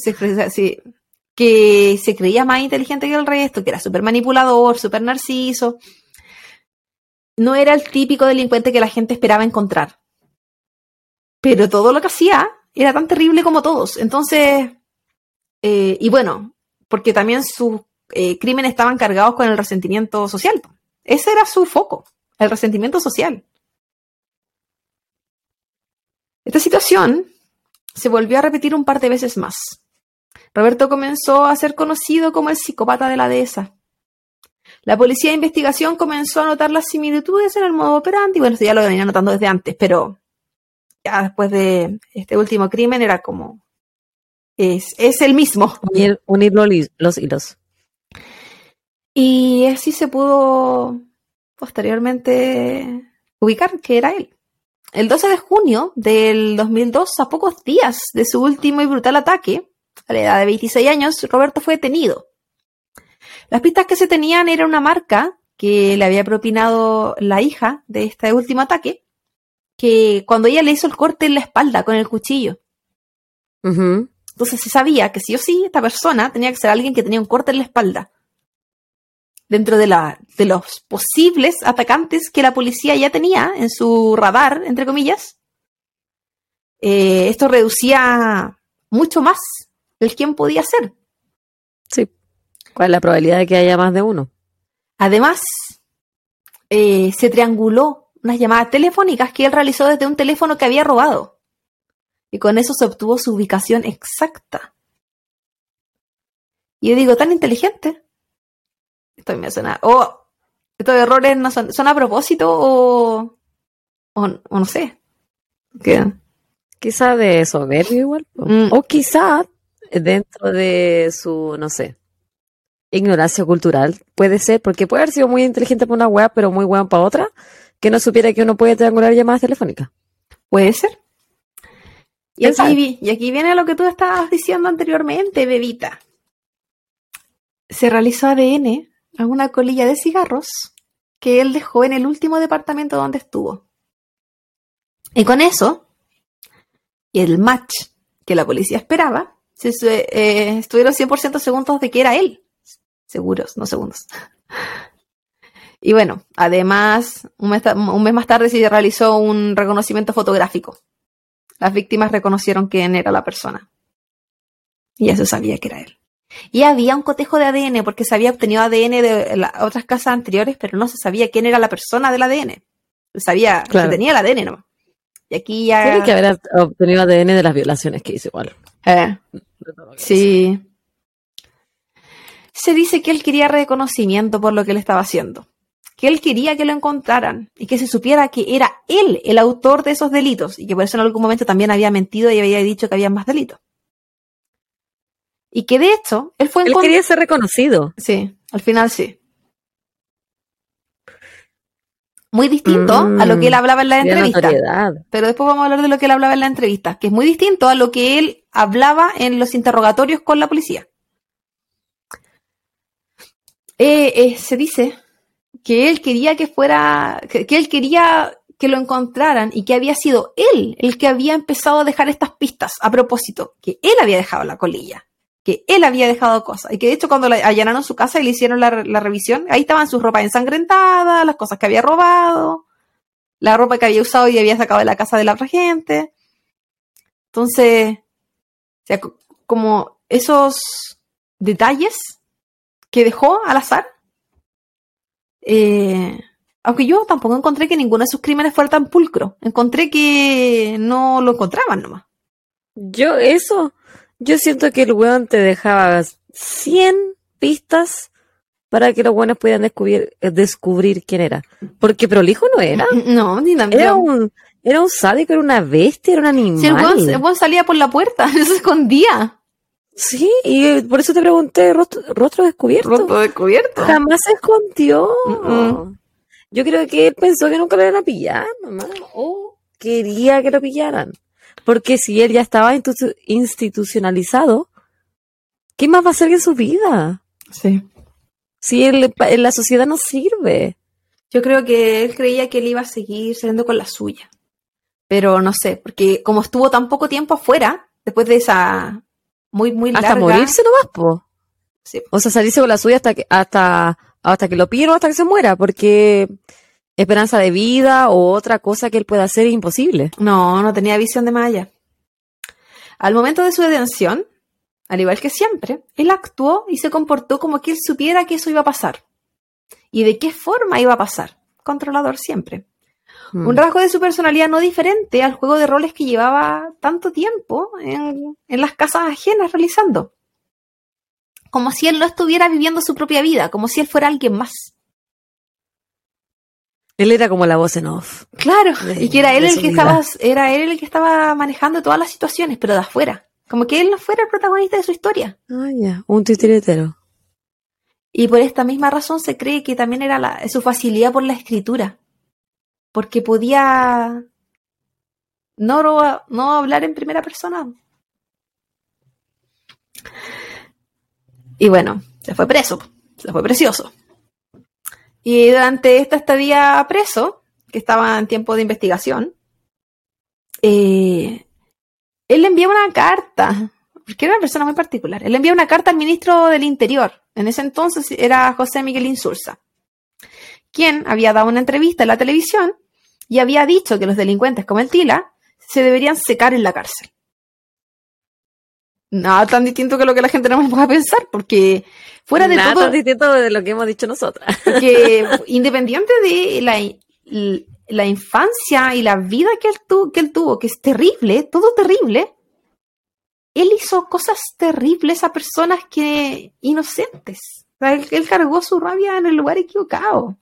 que se creía más inteligente que el resto, que era súper manipulador, súper narciso. No era el típico delincuente que la gente esperaba encontrar. Pero todo lo que hacía era tan terrible como todos. Entonces, y bueno, porque también sus crímenes estaban cargados con el resentimiento social. Ese era su foco, el resentimiento social. Esta situación se volvió a repetir un par de veces más. Roberto comenzó a ser conocido como el psicópata de la dehesa. La policía de investigación comenzó a notar las similitudes en el modo operandi. Bueno, esto ya lo venía notando desde antes, pero ya después de este último crimen era como... Es el mismo. Unir los hilos. Y así se pudo posteriormente ubicar que era él. El 12 de junio del 2002, a pocos días de su último y brutal ataque, a la edad de 26 años, Roberto fue detenido. Las pistas que se tenían era una marca que le había propinado la hija de este último ataque, que cuando ella le hizo el corte en la espalda con el cuchillo. Uh-huh. Entonces se sabía que sí o sí esta persona tenía que ser alguien que tenía un corte en la espalda. Dentro de los posibles atacantes que la policía ya tenía en su radar, entre comillas, esto reducía mucho más el quién podía ser. Sí. ¿Cuál es la probabilidad de que haya más de uno? Además, se trianguló unas llamadas telefónicas que él realizó desde un teléfono que había robado. Y con eso se obtuvo su ubicación exacta. Y yo digo, tan inteligente. Esto me suena... estos errores no son a propósito o no sé. ¿Qué? Quizá de soberbio igual. O quizá dentro de su, no sé, ignorancia cultural. Puede ser, porque puede haber sido muy inteligente para una web, pero muy bueno para otra, que no supiera que uno puede triangular llamadas telefónicas. Puede ser. Y aquí viene lo que tú estabas diciendo anteriormente, bebita. se realizó ADN a una colilla de cigarros que él dejó en el último departamento donde estuvo. Y con eso, y el match que la policía esperaba, estuvieron 100% seguros de que era él. Seguros, no segundos. Y bueno, además, un mes más tarde se realizó un reconocimiento fotográfico. Las víctimas reconocieron quién era la persona. Y ya se sabía que era él. Y había un cotejo de ADN porque se había obtenido ADN de las otras casas anteriores, pero no se sabía quién era la persona del ADN. Se sabía que tenía el ADN nomás. Y aquí ya... Tiene que haber obtenido ADN de las violaciones que hizo igual. Sí. Se dice que él quería reconocimiento por lo que él estaba haciendo. Que él quería que lo encontraran y que se supiera que era él el autor de esos delitos y que por eso en algún momento también había mentido y había dicho que había más delitos. Y que de hecho, él quería ser reconocido. Sí, al final sí. Muy distinto a lo que él hablaba en la entrevista. Pero después vamos a hablar de lo que él hablaba en la entrevista, que es muy distinto a lo que él hablaba en los interrogatorios con la policía. Se dice que él quería que él quería que lo encontraran y que había sido él el que había empezado a dejar estas pistas a propósito, que él había dejado la colilla, que él había dejado cosas, y que de hecho cuando allanaron su casa y le hicieron la revisión, ahí estaban sus ropas ensangrentadas, las cosas que había robado, la ropa que había usado y había sacado de la casa de la otra gente. Entonces, o sea, como esos detalles que dejó al azar, aunque yo tampoco encontré que ninguno de sus crímenes fuera tan pulcro, encontré que no lo encontraban nomás. Yo siento que el weón te dejaba 100 pistas para que los buenos pudieran descubrir quién era. Porque prolijo no era. No, ni nada. Era un sádico, era una bestia, era un animal. Sí, el weón salía por la puerta, se escondía. Sí, y por eso te pregunté, rostro descubierto. Rostro descubierto. Jamás se escondió. Yo creo que él pensó que nunca lo iban a pillar, mamá. O quería que lo pillaran. Porque si él ya estaba institucionalizado, ¿qué más va a hacer en su vida? Sí. Si él en la sociedad no sirve. Yo creo que él creía que él iba a seguir saliendo con la suya. Pero no sé, porque como estuvo tan poco tiempo afuera, después de esa muy larga... Hasta morirse nomás, po. Sí. O sea, salirse con la suya hasta que lo pillen o hasta que se muera, porque esperanza de vida o otra cosa que él pueda hacer es imposible. No tenía visión de más allá. Al momento de su detención, al igual que siempre, él actuó y se comportó como que él supiera que eso iba a pasar. ¿Y de qué forma iba a pasar? Controlador siempre. Un rasgo de su personalidad no diferente al juego de roles que llevaba tanto tiempo en las casas ajenas realizando. Como si él no estuviera viviendo su propia vida, como si él fuera alguien más. Él era como la voz en off. Claro, y que era él el que estaba manejando todas las situaciones, pero de afuera. Como que él no fuera el protagonista de su historia. Ah, ya, un titiritero. Y por esta misma razón se cree que también era su facilidad por la escritura. Porque podía no hablar en primera persona. Y bueno, se fue preso. Se fue precioso. Y durante esta estadía preso, que estaba en tiempo de investigación, él le envió una carta, porque era una persona muy particular. Él le envió una carta al ministro del Interior. En ese entonces era José Miguel Insulza, quien había dado una entrevista en la televisión y había dicho que los delincuentes como el Tila se deberían secar en la cárcel. Nada tan distinto que lo que la gente no me pueda pensar, porque fuera de nada todo... Nada tan distinto de lo que hemos dicho nosotras. Porque independiente de la infancia y la vida que él tuvo, que es terrible, todo terrible, él hizo cosas terribles a personas inocentes. O sea, él cargó su rabia en el lugar equivocado.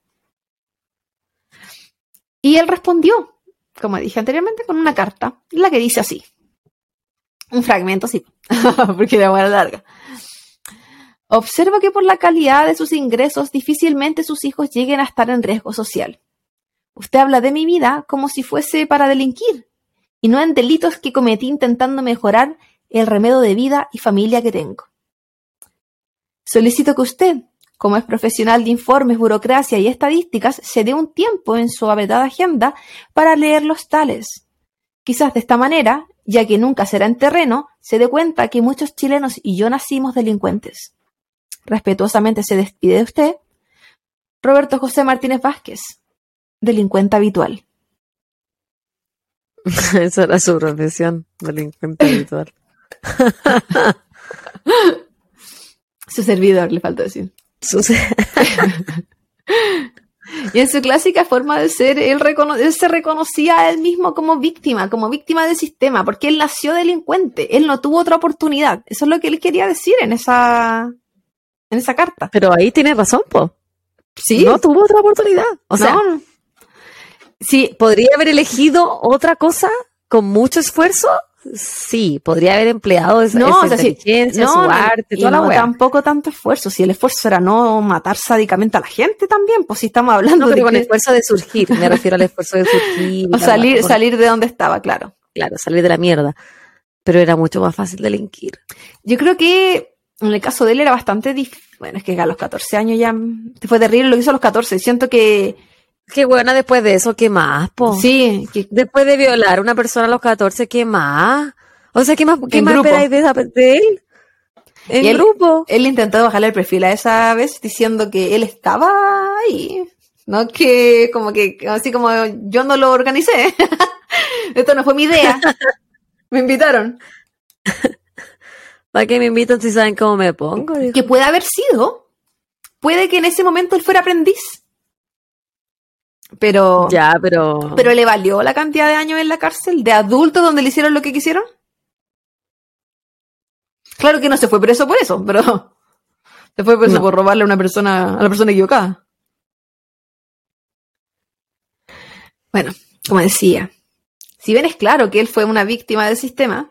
Y él respondió, como dije anteriormente, con una carta, la que dice así. Un fragmento, sí, porque era buena larga. Observo que por la calidad de sus ingresos difícilmente sus hijos lleguen a estar en riesgo social. Usted habla de mi vida como si fuese para delinquir, y no en delitos que cometí intentando mejorar el remedio de vida y familia que tengo. Solicito que usted, como es profesional de informes, burocracia y estadísticas, se dé un tiempo en su apretada agenda para leer los tales. Quizás de esta manera, ya que nunca será en terreno, se dé cuenta que muchos chilenos y yo nacimos delincuentes. Respetuosamente se despide de usted, Roberto José Martínez Vázquez, delincuente habitual. Esa era su profesión, delincuente habitual. Su servidor, le faltó decir. Y en su clásica forma de ser, él se reconocía a él mismo como víctima del sistema, porque él nació delincuente, él no tuvo otra oportunidad. Eso es lo que él quería decir en esa carta. Pero ahí tiene razón, po. Sí. No tuvo otra oportunidad. O sea, no. Sí, ¿podría haber elegido otra cosa con mucho esfuerzo? Sí, podría haber empleado esa inteligencia, su arte, toda la wea. Tampoco tanto esfuerzo. Si el esfuerzo era no matar sádicamente a la gente también, pues si estamos hablando pero con el esfuerzo de surgir, me refiero al esfuerzo de surgir. O salir de donde estaba, claro. Claro, salir de la mierda. Pero era mucho más fácil delinquir. Yo creo que en el caso de él era bastante difícil. Bueno, es que a los 14 años ya fue terrible lo que hizo a los 14. Siento que... Qué buena después de eso, ¿qué más, po? Sí. Después de violar a una persona a los 14, ¿qué más? O sea, ¿qué más esperáis de él? En grupo. Él intentó bajarle el perfil a esa vez diciendo que él estaba ahí. No que así como yo no lo organicé. Esto no fue mi idea. Me invitaron. ¿Para qué me invitan si saben cómo me pongo? Que puede haber sido. Puede que en ese momento él fuera aprendiz. Pero le valió la cantidad de años en la cárcel de adultos donde le hicieron lo que quisieron. Claro que no se fue preso por eso, pero se fue preso por robarle a la persona equivocada. Bueno, como decía, si bien es claro que él fue una víctima del sistema,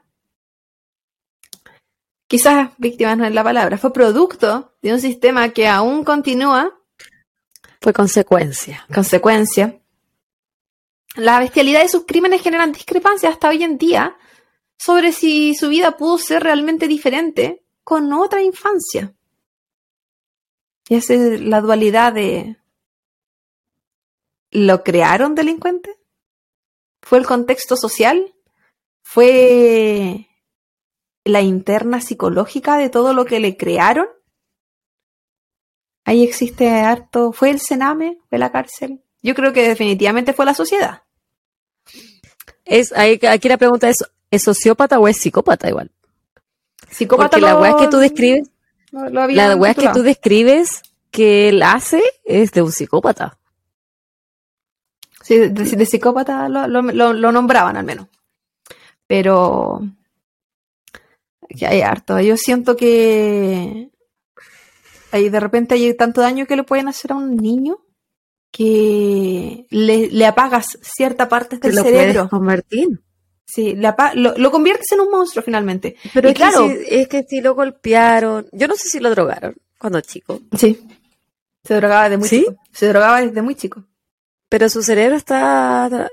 quizás víctima no es la palabra, fue producto de un sistema que aún continúa. Fue consecuencia. La bestialidad de sus crímenes generan discrepancias hasta hoy en día sobre si su vida pudo ser realmente diferente con otra infancia. Y esa es la dualidad de... ¿Lo crearon delincuente? ¿Fue el contexto social? ¿Fue la interna psicológica de todo lo que le crearon? Ahí existe harto. ¿Fue el Sename? ¿Fue la cárcel? Yo creo que definitivamente fue la sociedad. Aquí la pregunta ¿es sociópata o es psicópata igual? Psicópata. Porque la weá que tú describes, la weá que tú describes que él hace es de un psicópata. Sí, de psicópata lo nombraban al menos. Pero que hay harto. Yo siento que de repente hay tanto daño que le pueden hacer a un niño que le apagas cierta parte del cerebro. Lo puedes convertir. Sí, lo conviertes en un monstruo finalmente. Pero es que si lo golpearon, yo no sé si lo drogaron cuando chico. Sí, se drogaba desde muy chico. Se drogaba desde muy chico. Pero su cerebro está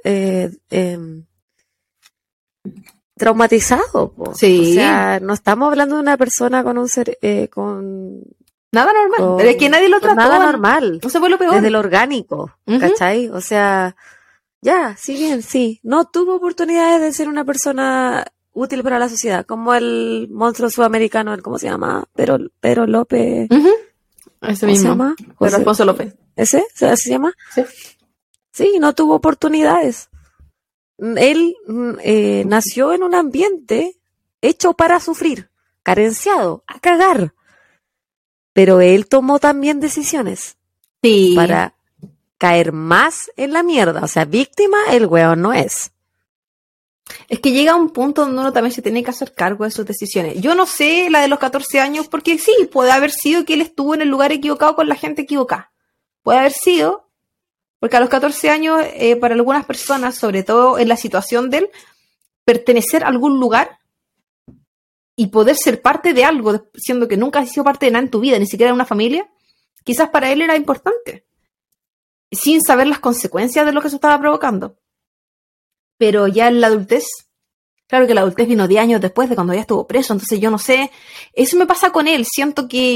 traumatizado, po. Sí. O sea, no estamos hablando de una persona con con nada normal, pero es que nadie lo trató. Nada normal. No se fue lo peor. Desde lo orgánico, ¿cachai? O sea, ya, sí. No tuvo oportunidades de ser una persona útil para la sociedad, como el monstruo sudamericano, ¿cómo se llama? Pero López. Ese mismo. ¿Se llama? José Alfonso López. ¿Ese? ¿Se llama? Sí. Sí, no tuvo oportunidades. Él nació en un ambiente hecho para sufrir, carenciado, a cagar. Pero él tomó también decisiones para caer más en la mierda. O sea, víctima el weón no es. Es que llega un punto donde uno también se tiene que hacer cargo de sus decisiones. Yo no sé la de los 14 años, porque sí, puede haber sido que él estuvo en el lugar equivocado con la gente equivocada. Puede haber sido, porque a los 14 años, para algunas personas, sobre todo en la situación de él, pertenecer a algún lugar y poder ser parte de algo, siendo que nunca has sido parte de nada en tu vida, ni siquiera de una familia, quizás para él era importante, sin saber las consecuencias de lo que eso estaba provocando. Pero ya en la adultez, claro que la adultez vino 10 años después de cuando ya estuvo preso, entonces yo no sé, eso me pasa con él, siento que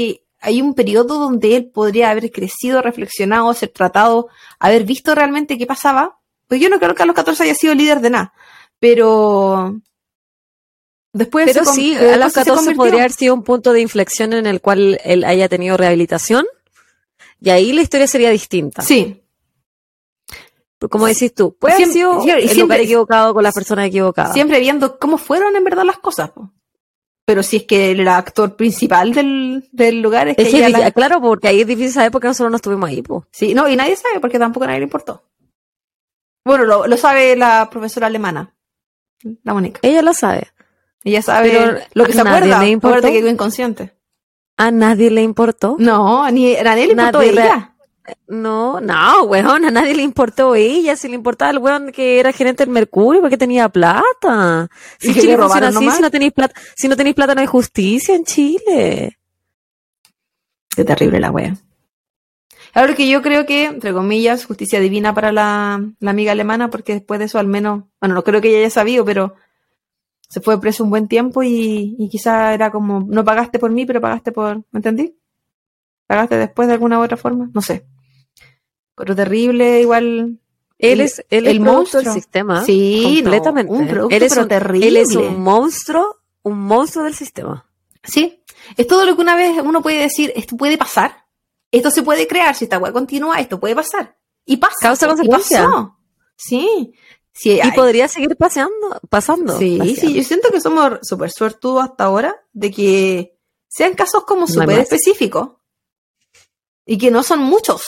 hay un periodo donde él podría haber crecido, reflexionado, ser tratado, haber visto realmente qué pasaba. Pues yo no creo que a los 14 haya sido líder de nada, pero después Pero sí, a los 14 podría haber sido un punto de inflexión en el cual él haya tenido rehabilitación, y ahí la historia sería distinta. Sí. Como decís tú, puede haber sido el lugar equivocado con las personas equivocadas. Siempre viendo cómo fueron en verdad las cosas, po. Pero si es que él era actor principal del lugar, es que claro, porque ahí es difícil saber porque nosotros no estuvimos ahí, po. Sí, no, y nadie sabe porque tampoco a nadie le importó. Bueno, lo sabe la profesora alemana, la Mónica. Ella lo sabe. Ella sabe pero lo que se acuerda. Acuérdate que quedó inconsciente. ¿A nadie le importó? No, a nadie le importó ella. No, weón, a nadie le importó ella, si le importaba el weón que era gerente del Mercurio porque tenía plata. Si Chile funciona así, si no tenéis plata no hay justicia en Chile. Qué terrible la wea. Ahora que yo creo que, entre comillas, justicia divina para la amiga alemana, porque después de eso al menos, bueno, no creo que ella haya sabido, pero se fue preso un buen tiempo y quizá era como, no pagaste por mí, pero pagaste por, ¿me entendí? Pagaste después de alguna u otra forma, no sé. Pero terrible, igual. Él es el monstruo del sistema. Sí, completamente. No, un producto terrible. Él es un monstruo del sistema. Sí, es todo lo que una vez uno puede decir, esto puede pasar, esto se puede crear, si esta weá continúa, esto puede pasar. Y pasa. Causa consecuencia. Y pasó. Sí. Y podría seguir pasando. Sí, yo siento que somos súper suertudos hasta ahora de que sean casos como súper específicos y que no son muchos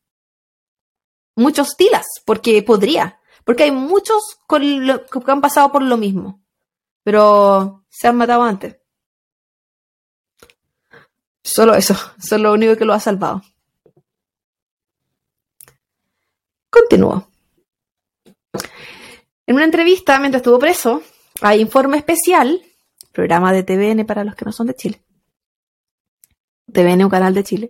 tilas, porque hay muchos que han pasado por lo mismo, pero se han matado antes. Solo eso es lo único que lo ha salvado. Continúo. En una entrevista, mientras estuvo preso, a Informe Especial, programa de TVN para los que no son de Chile. TVN, un canal de Chile.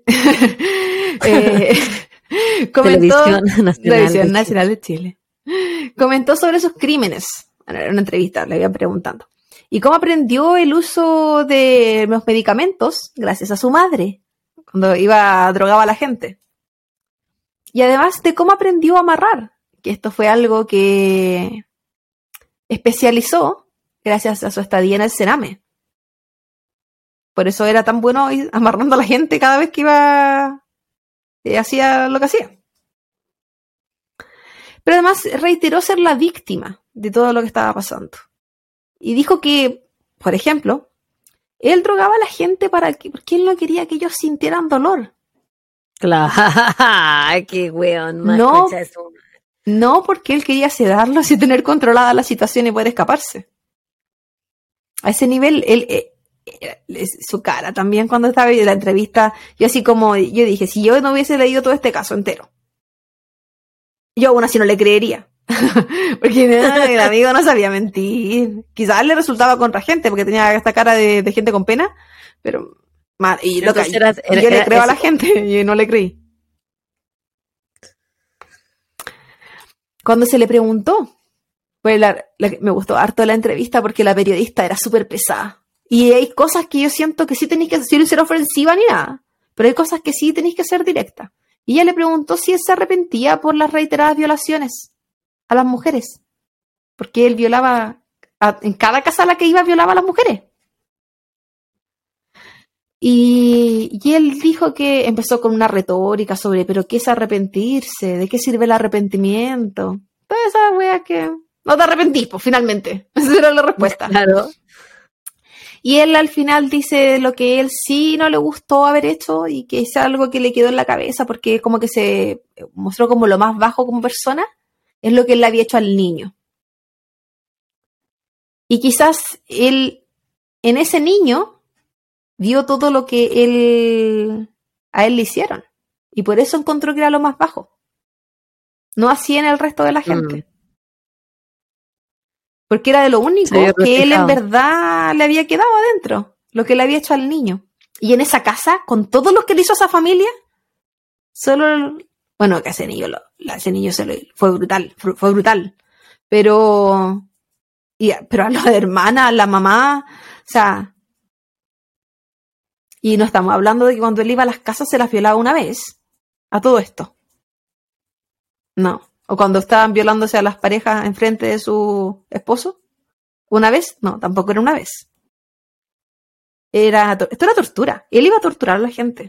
Comentó, Televisión Nacional de Chile. Comentó sobre sus crímenes. Bueno, era una entrevista, le iban preguntando. Y cómo aprendió el uso de los medicamentos gracias a su madre, cuando drogaba a la gente. Y además de cómo aprendió a amarrar, que esto fue algo que especializó gracias a su estadía en el Sename. Por eso era tan bueno amarrando a la gente cada vez que iba hacía lo que hacía. Pero además reiteró ser la víctima de todo lo que estaba pasando. Y dijo que, por ejemplo, él drogaba a la gente porque él no quería que ellos sintieran dolor. Claro, qué weón. No porque él quería sedarlos y tener controlada la situación y poder escaparse. A ese nivel, su cara también cuando estaba en la entrevista, yo dije, si yo no hubiese leído todo este caso entero, yo aún así no le creería. Porque el amigo no sabía mentir. Quizás le resultaba contra gente porque tenía esta cara de gente con pena, pero yo le creo a la gente y no le creí. Cuando se le preguntó, pues me gustó harto la entrevista porque la periodista era súper pesada. Y hay cosas que yo siento que sí tenéis que ser ofensiva ni nada, pero hay cosas que sí tenéis que ser directa. Y ella le preguntó si él se arrepentía por las reiteradas violaciones a las mujeres, porque él violaba en cada casa a la que iba violaba a las mujeres. Y él dijo que empezó con una retórica sobre ¿pero qué es arrepentirse? ¿De qué sirve el arrepentimiento? Todas esas weas que no te arrepentís, pues finalmente. Esa era la respuesta. Claro. Y él al final dice lo que él sí no le gustó haber hecho y que es algo que le quedó en la cabeza porque como que se mostró como lo más bajo como persona, es lo que él le había hecho al niño. Y quizás él, en ese niño, vio todo lo que a él le hicieron. Y por eso encontró que era lo más bajo. No así en el resto de la gente. Porque era de lo único que él en verdad le había quedado adentro. Lo que le había hecho al niño. Y en esa casa, con todo lo que le hizo a esa familia, solo... Bueno, que ese niño fue brutal. Pero a la hermana, a la mamá, o sea... Y no estamos hablando de que cuando él iba a las casas se las violaba una vez. A todo esto. No. O cuando estaban violándose a las parejas enfrente de su esposo. ¿Una vez? No, tampoco era una vez. Esto era tortura. Él iba a torturar a la gente.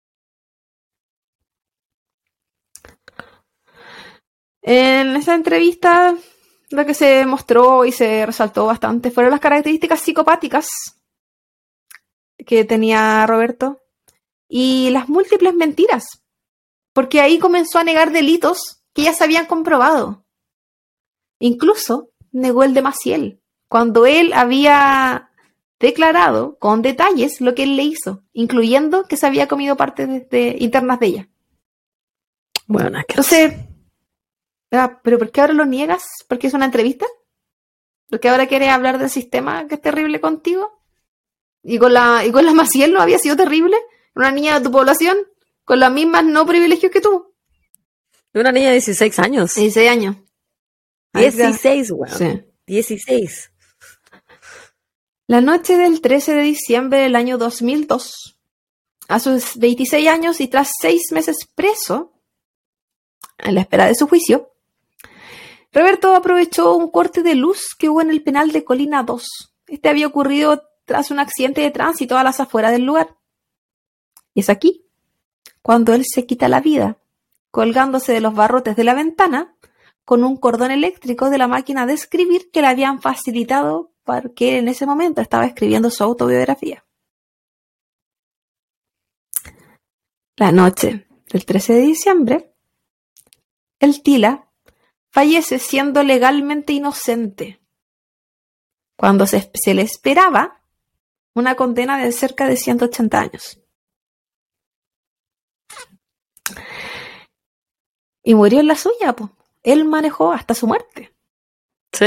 En esa entrevista, lo que se mostró y se resaltó bastante fueron las características psicopáticas que tenía Roberto y las múltiples mentiras, porque ahí comenzó a negar delitos que ya se habían comprobado. Incluso negó el de Maciel, cuando él había declarado con detalles lo que él le hizo, incluyendo que se había comido partes internas de ella. Bueno, entonces, ¿pero por qué ahora lo niegas? ¿Porque es una entrevista? ¿Porque ahora quieres hablar del sistema que es terrible contigo? ¿Y con la Maciel no había sido terrible? Una niña de tu población con las mismas no privilegios que tú. Una niña de 16 años. 16 años. 16, weón. Sí. 16. La noche del 13 de diciembre del año 2002, a sus 26 años y tras 6 meses preso, en la espera de su juicio, Roberto aprovechó un corte de luz que hubo en el penal de Colina 2. Este había ocurrido tras un accidente de tránsito a las afueras del lugar. Y es aquí cuando él se quita la vida, colgándose de los barrotes de la ventana con un cordón eléctrico de la máquina de escribir que le habían facilitado porque en ese momento estaba escribiendo su autobiografía. La noche del 13 de diciembre, el Tila fallece siendo legalmente inocente, cuando se le esperaba una condena de cerca de 180 años. Y murió en la suya, pues. Él manejó hasta su muerte. Sí.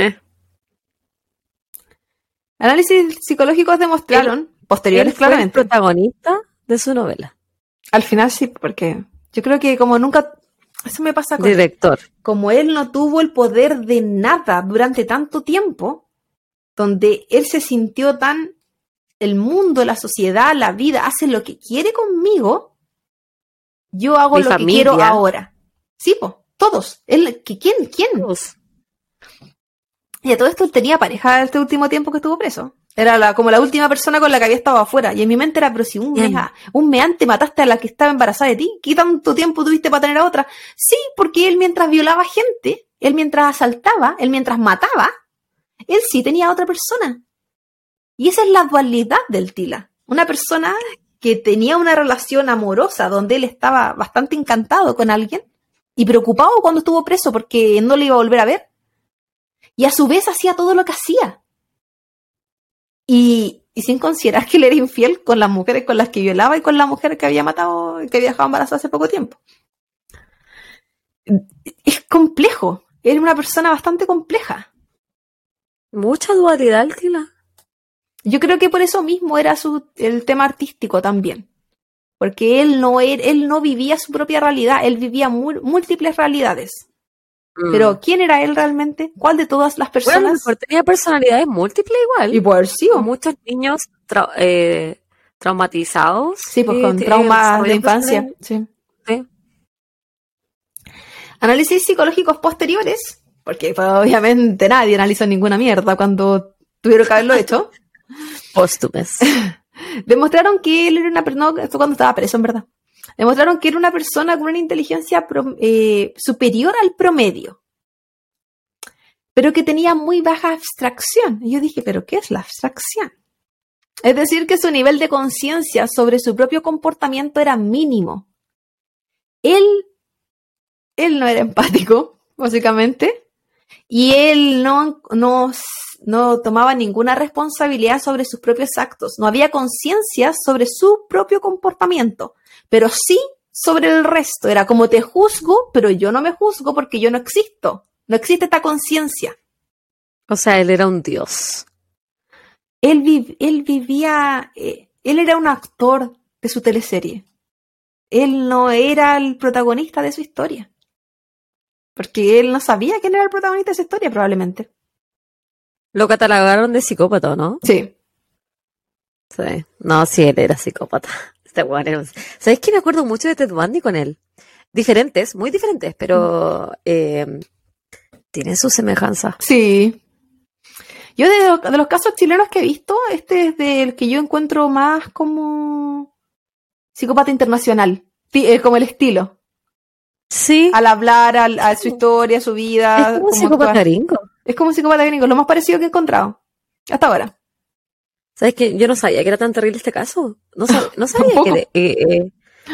Análisis psicológicos demostraron, posteriores él fue claramente, el protagonista de su novela. Al final sí, porque yo creo que como nunca, eso me pasa con director. Como él no tuvo el poder de nada durante tanto tiempo, donde él se sintió tan, el mundo, la sociedad, la vida, hace lo que quiere conmigo, yo hago Mi lo familia. que quiero ahora. Sí, pues, todos. ¿Quién? Todos. Y a todo esto él tenía pareja este último tiempo que estuvo preso. Era como la última persona con la que había estado afuera. Y en mi mente era, pero si un mes antes mataste a la que estaba embarazada de ti, ¿qué tanto tiempo tuviste para tener a otra? Sí, porque él mientras violaba gente, él mientras asaltaba, él mientras mataba, él sí tenía a otra persona. Y esa es la dualidad del Tila. Una persona que tenía una relación amorosa donde él estaba bastante encantado con alguien y preocupado cuando estuvo preso porque no le iba a volver a ver. Y a su vez hacía todo lo que hacía. Y sin considerar que él era infiel con las mujeres con las que violaba y con la mujer que había matado, que había dejado embarazada hace poco tiempo. Es complejo. Era una persona bastante compleja. Mucha dualidad el Tila. Yo creo que por eso mismo era el tema artístico también. Porque él no vivía su propia realidad, él vivía múltiples realidades. Pero ¿quién era él realmente? ¿Cuál de todas las personas? Bueno, a lo mejor tenía personalidades múltiples igual. Y por sí. Muchos niños traumatizados. Sí, pues con traumas de infancia. Sí. Sí. Análisis psicológicos posteriores, porque pues, obviamente nadie analizó ninguna mierda cuando tuvieron que haberlo hecho. Póstumes. Demostraron que él era una persona, no, esto cuando estaba preso en verdad, demostraron que era una persona con una inteligencia superior al promedio, pero que tenía muy baja abstracción. Y yo dije, ¿pero qué es la abstracción? Es decir, que su nivel de conciencia sobre su propio comportamiento era mínimo. Él no era empático, básicamente, y él no tomaba ninguna responsabilidad sobre sus propios actos. No había conciencia sobre su propio comportamiento, pero sí sobre el resto. Era como te juzgo, pero yo no me juzgo porque yo no existo. No existe esta conciencia. O sea, él era un dios. Él vivía... él era un actor de su teleserie. Él no era el protagonista de su historia. Porque él no sabía quién era el protagonista de esa historia, probablemente. Lo catalogaron de psicópata, ¿no? Sí. Sí. No, sí, él era psicópata. Este weón era ¿Sabes qué? Me acuerdo mucho de Ted Bundy con él. Diferentes, muy diferentes, pero tienen su semejanza. Sí. Yo de los casos chilenos que he visto, este es del que yo encuentro más como psicópata internacional, como el estilo. Sí. Al hablar, a su historia, a su vida. Es como un psicópata gringo. Es como un psicópata gringo, lo más parecido que he encontrado. Hasta ahora. ¿Sabes qué? Yo no sabía que era tan terrible este caso. No sabía que...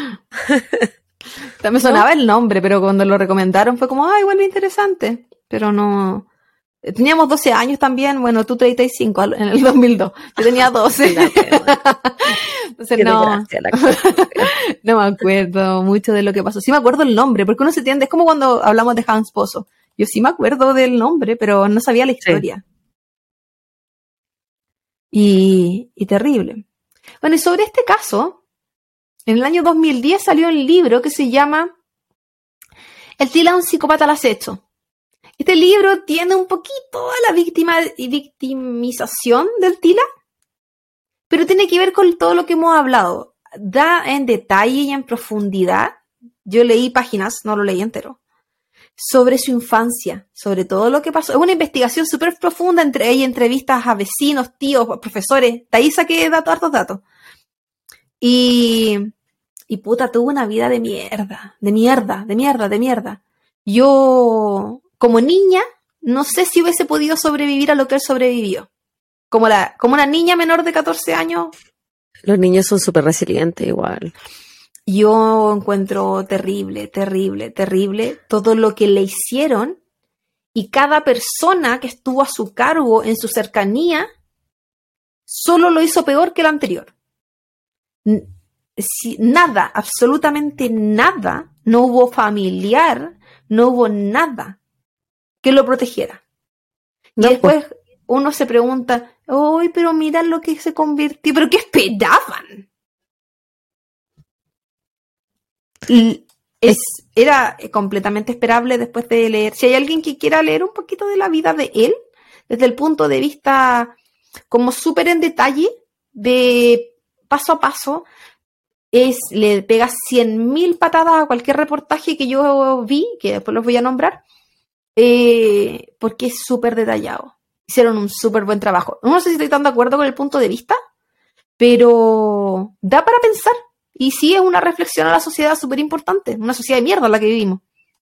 Me sonaba el nombre, pero cuando lo recomendaron fue como, igual interesante. Pero no... Teníamos 12 años también, bueno, tú 35 en el 2002. Yo tenía 12. Entonces no me acuerdo mucho de lo que pasó. Sí me acuerdo el nombre, porque uno se tiende, es como cuando hablamos de Hans Pozo. Yo sí me acuerdo del nombre, pero no sabía la historia. Sí. Y terrible. Bueno, y sobre este caso, en el año 2010 salió un libro que se llama El Tila, un psicópata al acecho. Este libro tiene un poquito a la victimización del Tila, pero tiene que ver con todo lo que hemos hablado. Da en detalle y en profundidad, yo leí páginas, no lo leí entero, sobre su infancia, sobre todo lo que pasó. Es una investigación súper profunda, entre ella entrevistas a vecinos, tíos, profesores. De ahí saqué hartos datos. Y puta, tuvo una vida de mierda. Yo, como niña, no sé si hubiese podido sobrevivir a lo que él sobrevivió. Como una niña menor de 14 años. Los niños son súper resilientes igual. Yo encuentro terrible todo lo que le hicieron, y cada persona que estuvo a su cargo en su cercanía solo lo hizo peor que el anterior. Nada, absolutamente nada, no hubo familiar, no hubo nada que lo protegiera. No, y después uno se pregunta, pero mira lo que se convirtió, pero ¿qué esperaban? Era completamente esperable después de leer. Si hay alguien que quiera leer un poquito de la vida de él, desde el punto de vista como súper en detalle, de paso a paso, le pega 100.000 patadas a cualquier reportaje que yo vi, que después los voy a nombrar, porque es súper detallado. Hicieron un súper buen trabajo. No sé si estoy tan de acuerdo con el punto de vista, pero da para pensar. Y sí es una reflexión a la sociedad súper importante, una sociedad de mierda en la que vivimos.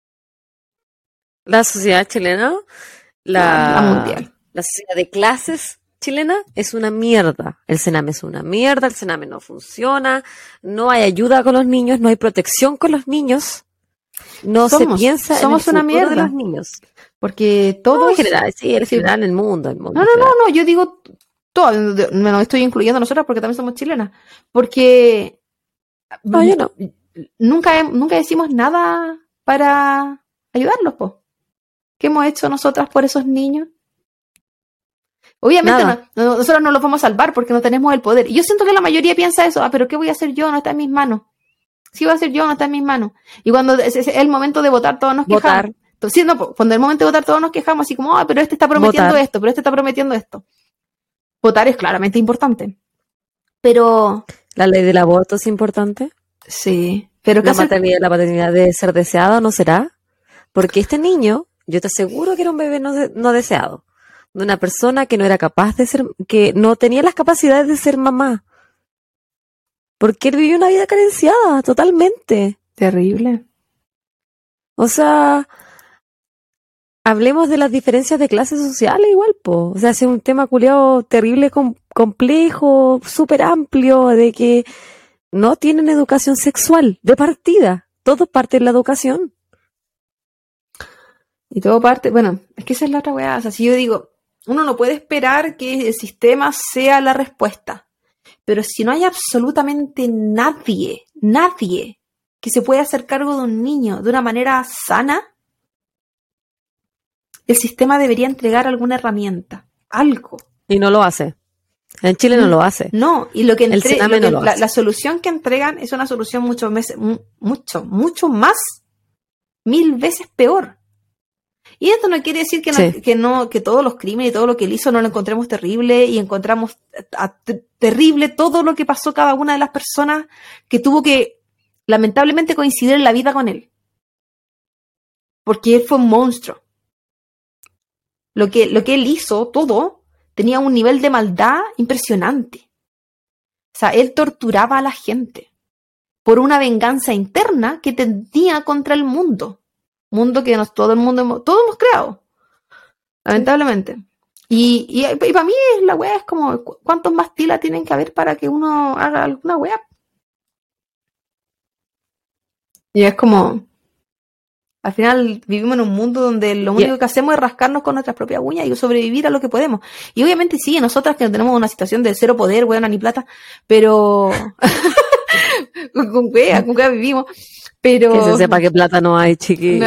La sociedad chilena, la mundial. La sociedad de clases chilena es una mierda. El Sename es una mierda, el Sename no funciona, no hay ayuda con los niños, no hay protección con los niños, se piensa en el futuro de los niños. Porque todo en general, en general, el mundo. No, yo digo todo, me lo estoy incluyendo nosotras porque también somos chilenas. Porque yo no. Nunca decimos nada para ayudarlos, po. ¿Qué hemos hecho nosotras por esos niños? Obviamente nosotros no los vamos a salvar porque no tenemos el poder. Y yo siento que la mayoría piensa eso, pero ¿qué voy a hacer yo? No está en mis manos. Sí voy a hacer yo, no está en mis manos. Y cuando es el momento de votar, todos nos quejamos. Sí, cuando es el momento de votar, todos nos quejamos así como, pero este está prometiendo esto, pero este está prometiendo esto. Votar es claramente importante. Pero... ¿La ley del aborto es importante? Sí. Pero la paternidad debe ser deseada, ¿no será? Porque este niño, yo te aseguro que era un bebé no deseado. De una persona que no era capaz de ser, que no tenía las capacidades de ser mamá. Porque él vivió una vida carenciada, totalmente. Terrible. O sea, hablemos de las diferencias de clases sociales igual, po. O sea, es un tema culiao terrible, complejo, súper amplio, de que no tienen educación sexual de partida. Todo parte de la educación. Y todo parte, bueno, es que esa es la otra weá. O sea, si yo digo, uno no puede esperar que el sistema sea la respuesta. Pero si no hay absolutamente nadie que se pueda hacer cargo de un niño de una manera sana, el sistema debería entregar alguna herramienta, algo. Y no lo hace. En Chile no lo hace. No, y lo que la solución que entregan es una solución mucho más, 1000 veces peor. Y esto no quiere decir que que todos los crímenes y todo lo que él hizo no lo encontremos terrible y encontramos terrible todo lo que pasó cada una de las personas que tuvo que lamentablemente coincidir en la vida con él. Porque él fue un monstruo. Lo que él hizo, todo, tenía un nivel de maldad impresionante. O sea, él torturaba a la gente por una venganza interna que tenía contra el mundo. Mundo que todos hemos creado, lamentablemente. Y para mí la wea es como, ¿cuántos más tilas tienen que haber para que uno haga alguna wea? Y es como, al final vivimos en un mundo donde lo único que hacemos es rascarnos con nuestras propias uñas y sobrevivir a lo que podemos. Y obviamente sí, nosotras que tenemos una situación de cero poder, weona, ni plata, pero con wea vivimos. Pero que se sepa que plata no hay, chiqui.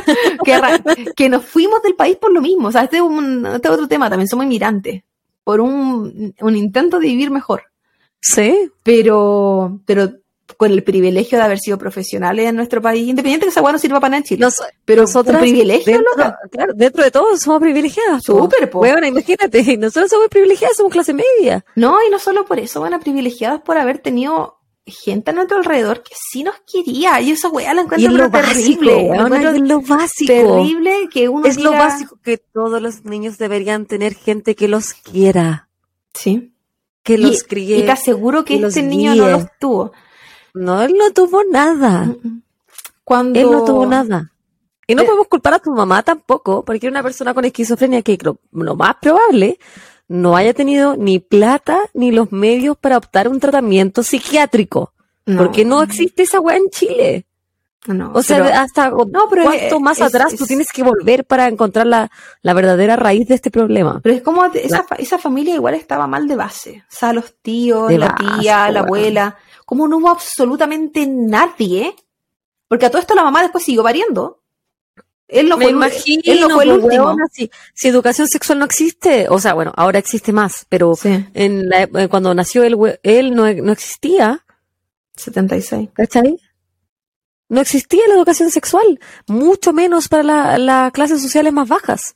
que nos fuimos del país por lo mismo. O sea, este es otro tema, también somos inmigrantes. Por un intento de vivir mejor. Sí. Pero con el privilegio de haber sido profesionales en nuestro país, independiente que esa hueá no sirva para nada en Chile. Pero nosotros, un privilegio, claro, dentro de todo somos privilegiadas. Súper, po. Bueno, imagínate, nosotros somos privilegiadas, somos clase media. No, y no solo por eso, bueno, privilegiadas por haber tenido gente a nuestro alrededor que sí nos quería, y esa weá la encuentro terrible. Es lo básico. Terrible que uno es lo básico que todos los niños deberían tener, gente que los quiera. Sí. Que los críe. Y te aseguro que este niño no los tuvo. No, él no tuvo nada. Él no tuvo nada. Y no podemos culpar a tu mamá tampoco, porque era una persona con esquizofrenia que lo más probable no haya tenido ni plata ni los medios para optar un tratamiento psiquiátrico. Porque no existe esa weá en Chile. No, o sea, hasta cuánto más atrás tú tienes que volver para encontrar la verdadera raíz de este problema. Pero es como esa familia igual estaba mal de base. O sea, los tíos, la tía, la abuela. Como no hubo absolutamente nadie. Porque a todo esto la mamá después siguió pariendo. Él no fue el último. Si educación sexual no existe, o sea, bueno, ahora existe más, pero cuando nació él no existía. 76. ¿Cachai? No existía la educación sexual, mucho menos para las clases sociales más bajas.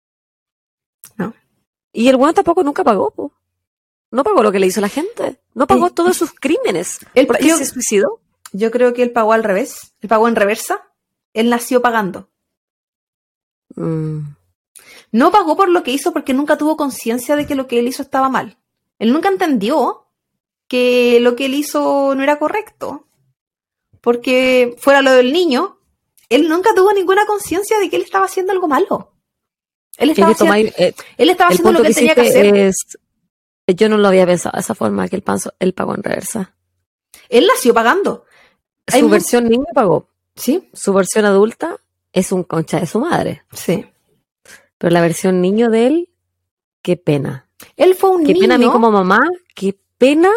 No. Y el bueno tampoco nunca pagó, po. No pagó lo que le hizo la gente. No pagó todos sus crímenes. ¿Por qué se suicidó? Yo creo que él pagó al revés. Él pagó en reversa. Él nació pagando. No pagó por lo que hizo porque nunca tuvo conciencia de que lo que él hizo estaba mal. Él nunca entendió que lo que él hizo no era correcto. Porque fuera lo del niño, él nunca tuvo ninguna conciencia de que él estaba haciendo algo malo. Él estaba haciendo lo que él tenía que hacer. Yo no lo había pensado de esa forma, que él pagó en reversa. Él nació pagando. Su versión niño pagó. Sí. Su versión adulta es un concha de su madre. Sí. Pero la versión niño de él, qué pena. Él fue un niño. Qué pena a mí como mamá, qué pena.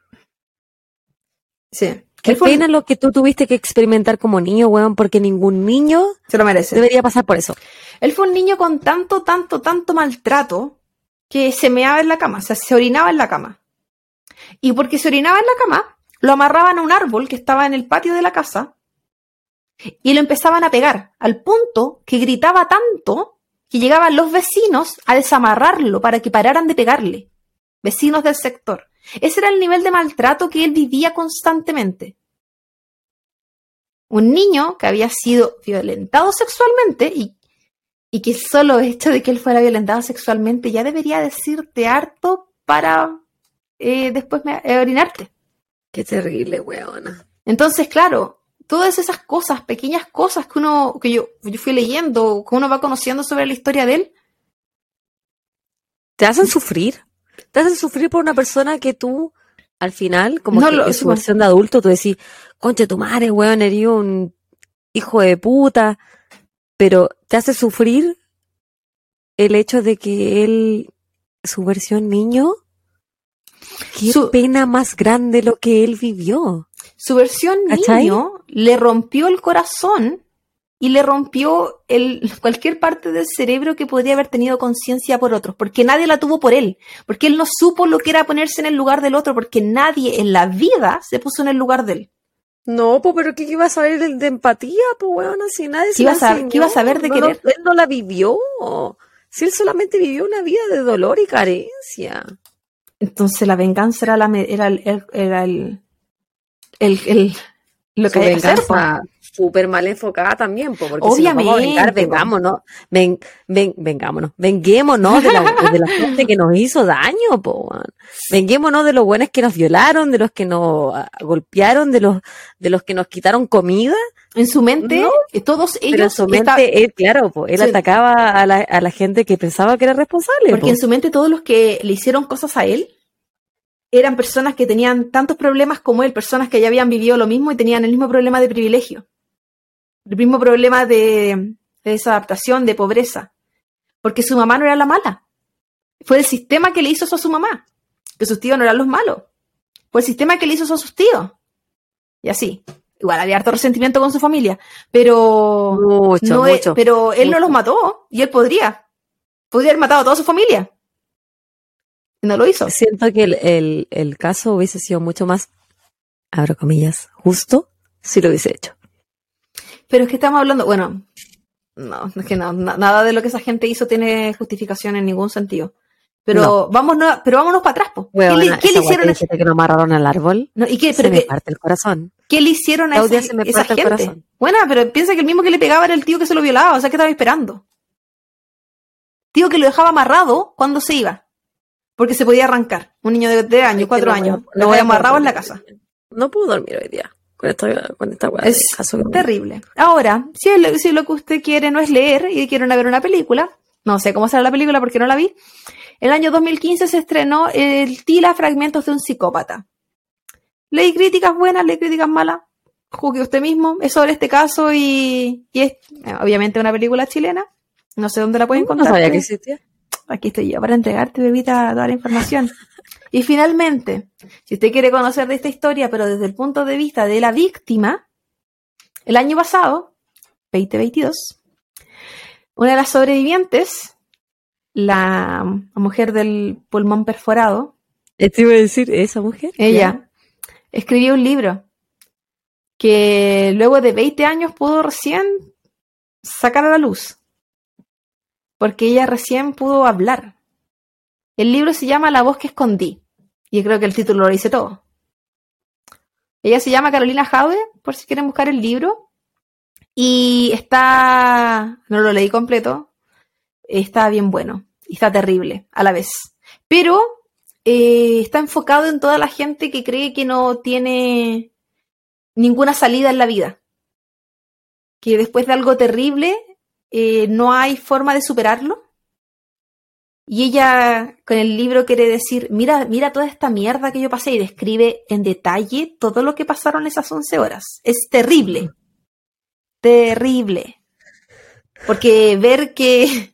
Sí. Qué pena lo que tú tuviste que experimentar como niño, weón, porque ningún niño se lo merece. Debería pasar por eso. Él fue un niño con tanto maltrato que se meaba en la cama, o sea, se orinaba en la cama. Y porque se orinaba en la cama, lo amarraban a un árbol que estaba en el patio de la casa y lo empezaban a pegar, al punto que gritaba tanto que llegaban los vecinos a desamarrarlo para que pararan de pegarle. Vecinos del sector. Ese era el nivel de maltrato que él vivía constantemente. Un niño que había sido violentado sexualmente y que solo el hecho de que él fuera violentado sexualmente ya debería decirte harto para después orinarte. Qué terrible, weona. Entonces, claro, todas esas cosas, pequeñas cosas que yo fui leyendo, que uno va conociendo sobre la historia de él, te hacen sufrir. Te hacen sufrir por una persona que tú, al final, como que en su versión de adulto, tú decís, concha tu madre, weón, eres un hijo de puta. Pero te hace sufrir el hecho de que él, su versión niño, qué pena más grande lo que él vivió. Su versión niño le rompió el corazón y le rompió cualquier parte del cerebro que podría haber tenido conciencia por otros, porque nadie la tuvo por él, porque él no supo lo que era ponerse en el lugar del otro, porque nadie en la vida se puso en el lugar de él. No, pues, pero ¿qué iba a saber de empatía? Pues, weón, si nadie se la enseñó. ¿Qué iba a saber de querer? Él no la vivió. Si él solamente vivió una vida de dolor y carencia. Entonces la venganza era lo que había que hacer, po. Súper mal enfocada también, porque obviamente, si nos vamos a vengar, vengámonos, venguémonos de la gente que nos hizo daño, po, man. Venguémonos de los buenos que nos violaron, de los que nos golpearon, de los que nos quitaron comida. En su mente, no, todos ellos... Pero en su mente, él, claro, po, él atacaba a la gente que pensaba que era responsable. Porque en su mente todos los que le hicieron cosas a él eran personas que tenían tantos problemas como él, personas que ya habían vivido lo mismo y tenían el mismo problema de privilegio. El mismo problema de desadaptación, de pobreza. Porque su mamá no era la mala. Fue el sistema que le hizo eso a su mamá. Que sus tíos no eran los malos. Fue el sistema que le hizo eso a sus tíos. Y así. Igual había harto resentimiento con su familia. Pero mucho. Pero él no los mató. Y él podría haber matado a toda su familia. Y no lo hizo. Siento que el caso hubiese sido mucho más, abro comillas, justo si lo hubiese hecho. Pero es que estamos hablando, bueno, no, es que no, nada de lo que esa gente hizo tiene justificación en ningún sentido. Pero no. vámonos para atrás, po. Bueno, ¿Qué le hicieron a esa gente que lo amarraron al árbol? No, ¿y qué? Se me parte el corazón. ¿Qué le hicieron a esa gente? Corazón. Bueno, pero piensa que el mismo que le pegaba era el tío que se lo violaba, o sea, ¿qué estaba esperando? Tío que lo dejaba amarrado cuando se iba. Porque se podía arrancar. Un niño de 3 años, 4 años, lo había amarrado en la casa. No pudo dormir hoy día. Con esta weá. Es terrible. Ahora, si lo que usted quiere no es leer y quiere ver una película, no sé cómo será la película porque no la vi, el año 2015 se estrenó el Tila, Fragmentos de un psicópata. Leí críticas buenas, leí críticas malas, juzgue usted mismo, es sobre este caso y es obviamente una película chilena, no sé dónde la pueden encontrar. No sabía que existía. Aquí estoy yo para entregarte, bebita, toda la información. Y finalmente, si usted quiere conocer de esta historia, pero desde el punto de vista de la víctima, el año pasado, 2022, una de las sobrevivientes, la mujer del pulmón perforado, te iba a decir, esa mujer, ella escribió un libro que luego de 20 años pudo recién sacar a la luz, porque ella recién pudo hablar. El libro se llama La voz que escondí. Y creo que el título lo dice todo. Ella se llama Carolina Jaude, por si quieren buscar el libro. Y está... No lo leí completo. Está bien bueno. Y está terrible a la vez. Pero está enfocado en toda la gente que cree que no tiene ninguna salida en la vida. Que después de algo terrible no hay forma de superarlo. Y ella con el libro quiere decir, mira toda esta mierda que yo pasé, y describe en detalle todo lo que pasaron esas 11 horas. Es terrible. Terrible. Porque ver que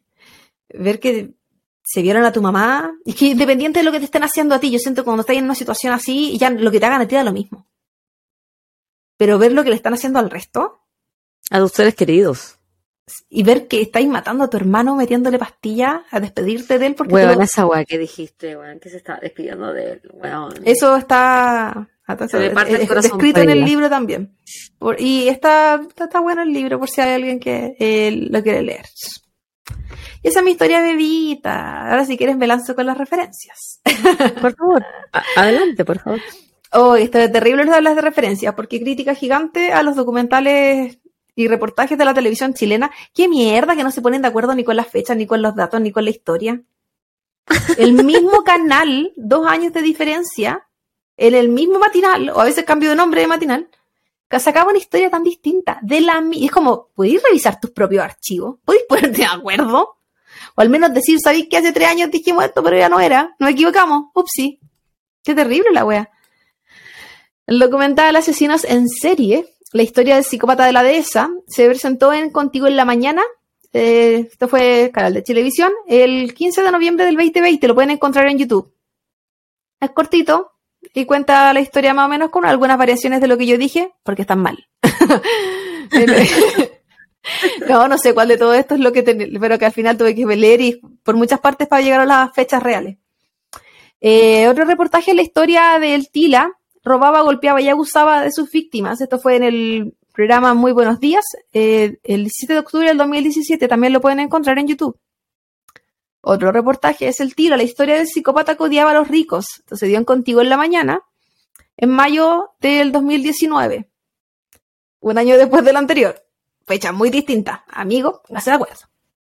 se vieron a tu mamá, y que independiente de lo que te estén haciendo a ti, yo siento que cuando estás en una situación así, ya lo que te hagan a ti da lo mismo. Pero ver lo que le están haciendo al resto. A tus seres queridos. Y ver que estáis matando a tu hermano metiéndole pastillas a despedirte de él porque... Weón, esa weá que dijiste, weón, que se está despidiendo de él, weón. Eso está descrito en el libro también. Y está bueno el libro por si hay alguien que lo quiere leer. Y esa es mi historia, bebita. Ahora si quieres me lanzo con las referencias. Por favor, adelante, por favor. Oh, esto es terrible las de referencias, porque crítica gigante a los documentales y reportajes de la televisión chilena. ¡Qué mierda que no se ponen de acuerdo ni con las fechas, ni con los datos, ni con la historia! El mismo canal, 2 años de diferencia, en el mismo matinal, o a veces cambio de nombre de matinal, que sacaba una historia tan distinta. Es como, ¿podéis revisar tus propios archivos? ¿Podéis ponerte de acuerdo? O al menos decir, ¿sabéis que hace 3 años dijimos esto, pero ya no era? Nos equivocamos. Upsi. Qué terrible la wea. El documental Asesinos en Serie, la historia del psicópata de la dehesa, se presentó en Contigo en la Mañana. Esto fue canal de televisión el 15 de noviembre del 2020. Lo pueden encontrar en YouTube. Es cortito y cuenta la historia más o menos con algunas variaciones de lo que yo dije, porque están mal. No sé cuál de todo esto es lo que pero que al final tuve que leer y por muchas partes para llegar a las fechas reales. Otro reportaje es la historia del Tila, robaba, golpeaba y abusaba de sus víctimas. Esto fue en el programa Muy Buenos Días, el 17 de octubre del 2017. También lo pueden encontrar en YouTube. Otro reportaje es El Tila, la historia del psicópata que odiaba a los ricos. Esto se dio en Contigo en la Mañana, en mayo del 2019. Un año después del anterior. Fecha muy distinta. Amigo, no se de acuerdo.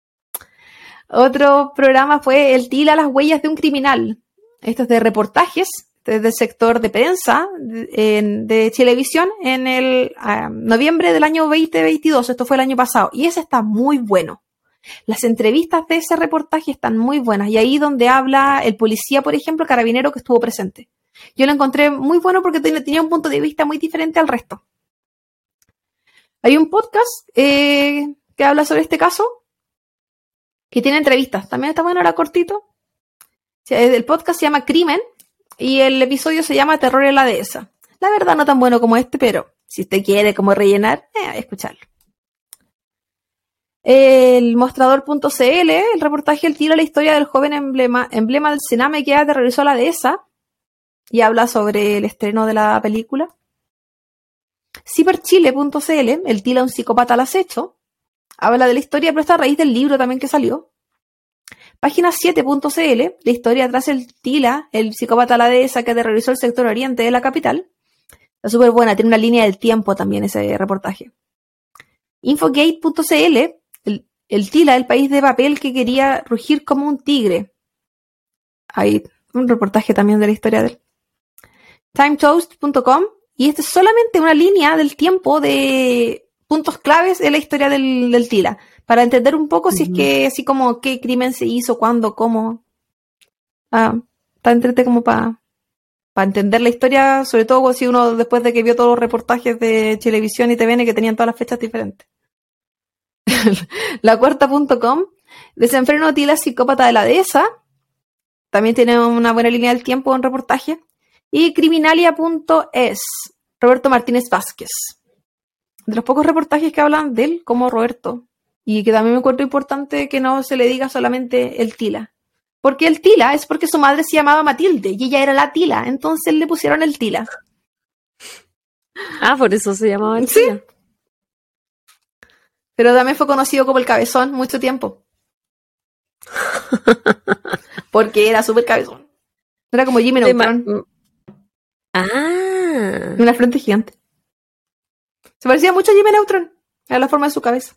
Otro programa fue El Tila, las huellas de un criminal. Esto es de reportajes desde el sector de prensa de televisión en el noviembre del año 2022. Esto fue el año pasado. Y ese está muy bueno. Las entrevistas de ese reportaje están muy buenas. Y ahí donde habla el policía, por ejemplo, carabinero que estuvo presente. Yo lo encontré muy bueno porque tenía un punto de vista muy diferente al resto. Hay un podcast que habla sobre este caso, que tiene entrevistas. También está bueno, era cortito. El podcast se llama Crimen y el episodio se llama Terror en la Dehesa. La verdad no tan bueno como este, pero si usted quiere como rellenar, escucharlo. El mostrador.cl, el reportaje El Tiro, la historia del joven emblema del Sename que aterrorizó a la dehesa y habla sobre el estreno de la película. Ciberchile.cl, El Tila, un psicópata al acecho, habla de la historia, pero está a raíz del libro también que salió. Página 7.cl, la historia tras el Tila, el psicópata a la dehesa que aterrorizó el sector oriente de la capital. Está súper buena, tiene una línea del tiempo también ese reportaje. Infogate.cl, el Tila, el país de papel que quería rugir como un tigre. Hay un reportaje también de la historia de él. Timetoast.com, y esta es solamente una línea del tiempo de puntos claves de la historia del Tila, para entender un poco si es que, así como qué crimen se hizo, cuándo, cómo. Está entrete como para entender la historia, sobre todo si uno después de que vio todos los reportajes de televisión y TVN que tenían todas las fechas diferentes. Lacuarta.com, Desenfreno Tila, psicópata de la dehesa, también tiene una buena línea del tiempo en reportaje. Y Criminalia.es, Roberto Martínez Vázquez. De los pocos reportajes que hablan de él como Roberto. Y que también me encuentro importante que no se le diga solamente el Tila. Porque el Tila es porque su madre se llamaba Matilde y ella era la Tila, entonces le pusieron el Tila. Por eso se llamaba el Tila. Sí. Pero también fue conocido como el Cabezón mucho tiempo. Porque era súper cabezón. Era como Jimmy Neutron. Una frente gigante. Se parecía mucho a Jimmy Neutron. Era la forma de su cabeza.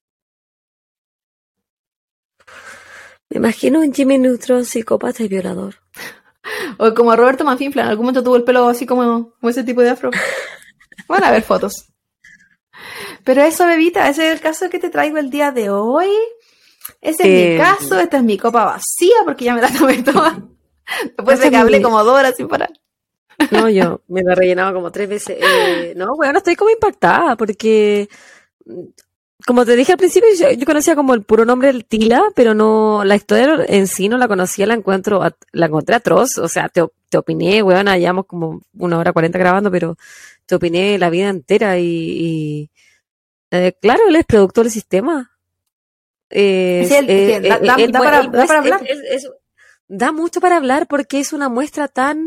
Me imagino un Jimmy Neutron psicópata y violador. O como Roberto Manfinfla. En algún momento tuvo el pelo así como ese tipo de afro. Van a ver fotos. Pero eso, bebita, ese es el caso que te traigo el día de hoy. Ese es mi caso. Esta es mi copa vacía porque ya me la tomé toda. Después de que hablé como 2 horas sin parar. No, yo me la he rellenado como 3 veces. No, bueno, estoy como impactada porque, como te dije al principio, yo conocía como el puro nombre del Tila, pero no, la historia en sí no la conocía, la encontré atroz. O sea, te opiné, weón, llevamos como 1 hora 40 grabando, pero te opiné la vida entera y claro, él es productor del sistema. Da para hablar. Da mucho para hablar porque es una muestra tan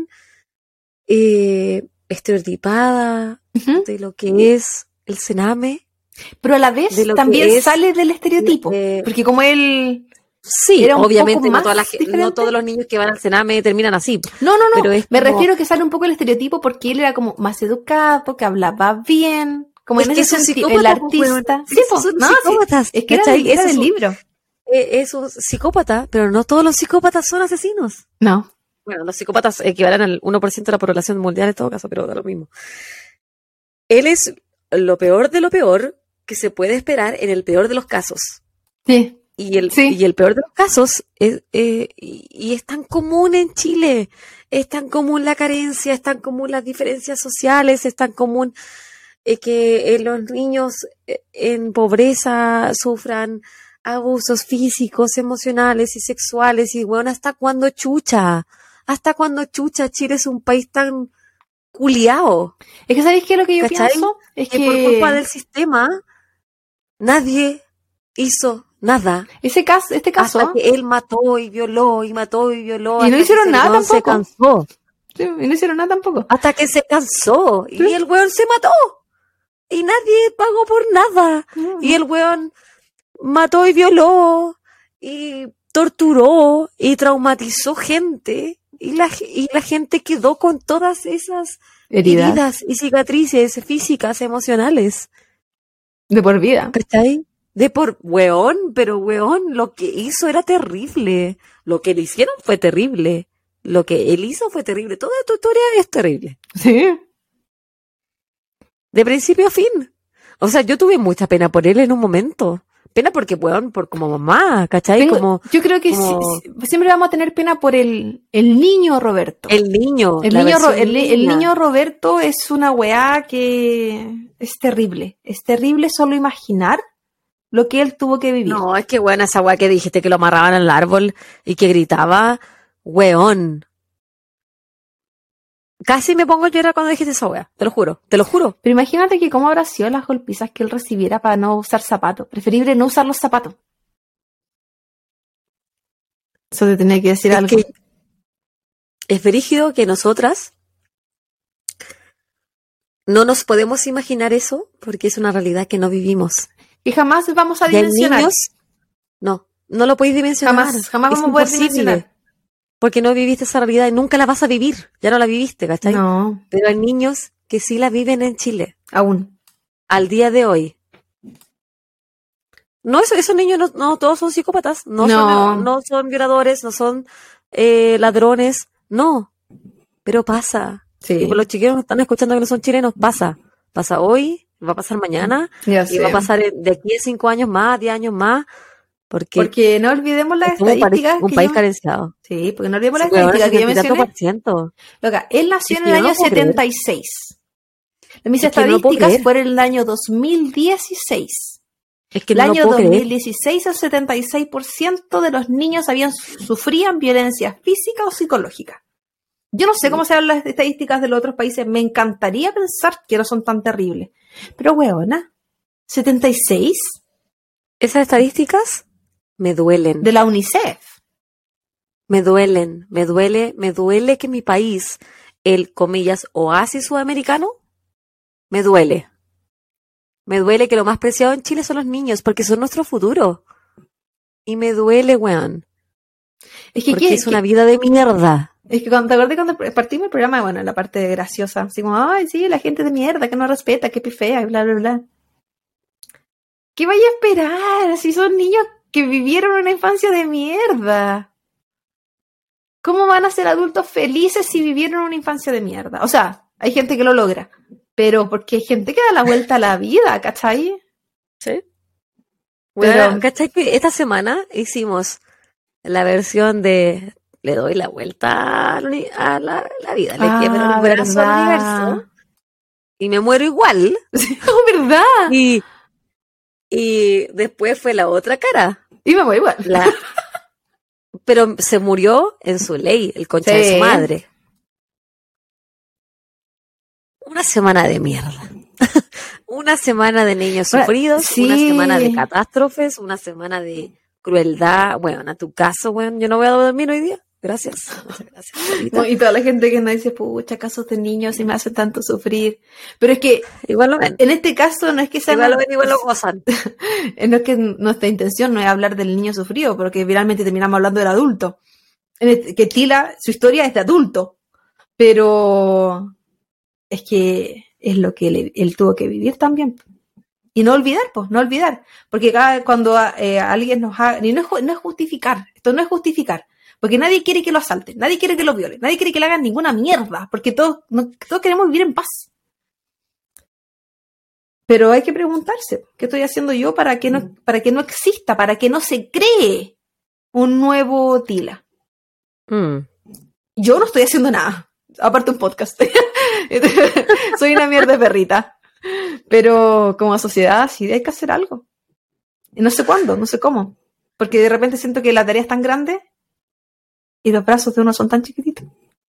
estereotipada de lo que es el Sename. Pero a la vez también sale del estereotipo. Porque como él... Sí, obviamente no todos los niños que van al Sename terminan así. No. Pero me refiero que sale un poco el estereotipo porque él era como más educado, que hablaba bien. Como en ese sentido, el artista. Sí, son psicópatas. Es que era del libro. Es un psicópata, pero no todos los psicópatas son asesinos. No. Bueno, los psicópatas equivalen al 1% de la población mundial en todo caso, pero da lo mismo. Él es lo peor de lo peor que se puede esperar en el peor de los casos. Sí. Y el peor de los casos y es tan común en Chile, es tan común la carencia, es tan común las diferencias sociales, es tan común que los niños en pobreza sufran abusos físicos, emocionales y sexuales. Y bueno, ¿hasta cuándo chucha? Chile es un país tan culiao? Es que ¿sabéis qué es lo que yo pienso? Es que por culpa del sistema nadie hizo nada. Este caso. Hasta que él mató y violó. Y no hicieron nada tampoco. Se cansó. Sí, y no hicieron nada tampoco. Hasta que se cansó. Y el weón se mató. Y nadie pagó por nada. Y el weón mató y violó. Y torturó. Y traumatizó gente. Y la gente quedó con todas esas heridas y cicatrices físicas, emocionales. De por vida. ¿Cachai? Pero weón, lo que hizo era terrible. Lo que le hicieron fue terrible. Lo que él hizo fue terrible. Toda tu historia es terrible. Sí. De principio a fin. O sea, yo tuve mucha pena por él en un momento. Pena porque, weón, por como mamá, ¿cachai? Yo creo que siempre vamos a tener pena por el niño Roberto. El niño. El niño Roberto es una weá que es terrible. Es terrible solo imaginar lo que él tuvo que vivir. No, es que, weón, esa weá que dijiste que lo amarraban al árbol y que gritaba, weón. Casi me pongo a llorar cuando dijiste esa weá. Te lo juro. Pero imagínate que cómo habrá sido las golpizas que él recibiera para no usar zapatos. Preferible no usar los zapatos. Eso te tenía que decir algo. Es verídico que nosotras no nos podemos imaginar eso porque es una realidad que no vivimos. Y jamás vamos a dimensionar. Niños, no lo podéis dimensionar. Jamás vamos a poder dimensionar. Porque no viviste esa realidad y nunca la vas a vivir. Ya no la viviste, ¿cachai? No. Pero hay niños que sí la viven en Chile. Aún. Al día de hoy. No, esos niños no todos son psicópatas. No son violadores, no son ladrones. No. Pero pasa. Sí. Y por los chiquillos que están escuchando que no son chilenos, pasa. Pasa hoy, va a pasar mañana. Y va a pasar de aquí a 5 años más, 10 años más. Porque no olvidemos las estadísticas. Un país carenciado. Sí, porque no olvidemos las estadísticas que yo mencioné. Loca, él nació en el año 76. Mis estadísticas fueron en el año 2016. Es que el año 2016 el 76% de los niños sufrían violencia física o psicológica. Yo no sé cómo serán las estadísticas de los otros países. Me encantaría pensar que no son tan terribles. Pero, weona, ¿76? Esas estadísticas me duelen. De la UNICEF. Me duelen. Me duele que mi país, el, comillas, oasis sudamericano, me duele. Me duele que lo más preciado en Chile son los niños, porque son nuestro futuro. Y me duele, weón. Porque es una vida de mierda. Es que te acordé cuando partimos el programa, bueno, la parte graciosa, así como, ay, sí, la gente de mierda, que no respeta, que pifea, y bla, bla, bla. ¿Qué vaya a esperar si son niños que vivieron una infancia de mierda? ¿Cómo van a ser adultos felices si vivieron una infancia de mierda? O sea, hay gente que lo logra, pero porque hay gente que da la vuelta a la vida, ¿cachai? Sí. Bueno, ¿cachai? Que esta semana hicimos la versión de le doy la vuelta a la vida, le quiebro el brazo al universo y me muero igual. Oh, ¿verdad? Y después fue la otra cara. Y me muero igual. Pero se murió en su ley, el concha de su madre. Una semana de mierda. Una semana de niños sufridos, una semana de catástrofes, una semana de crueldad. Bueno, a tu caso, bueno, yo no voy a dormir hoy día. Gracias. Muchas gracias. No, y toda la gente que nos dice, pucha, casos de niños y me hace tanto sufrir. Pero es que igual lo ven. En este caso no es que sea... Igual lo ven, igual lo gozan. No es que nuestra intención no es hablar del niño sufrido, porque finalmente terminamos hablando del adulto. Que Tila, su historia es de adulto. Pero es que es lo que él tuvo que vivir también. Y no olvidar, pues, no olvidar. Porque cuando alguien nos haga... Y no es justificar, esto no es justificar. Porque nadie quiere que lo asalten, nadie quiere que lo violen, nadie quiere que le hagan ninguna mierda, porque todos queremos vivir en paz. Pero hay que preguntarse, ¿qué estoy haciendo yo para que no exista, para que no se cree un nuevo Tila? Yo no estoy haciendo nada, aparte un podcast. Soy una mierda de perrita. Pero como sociedad sí hay que hacer algo. Y no sé cuándo, no sé cómo. Porque de repente siento que la tarea es tan grande y los brazos de uno son tan chiquititos.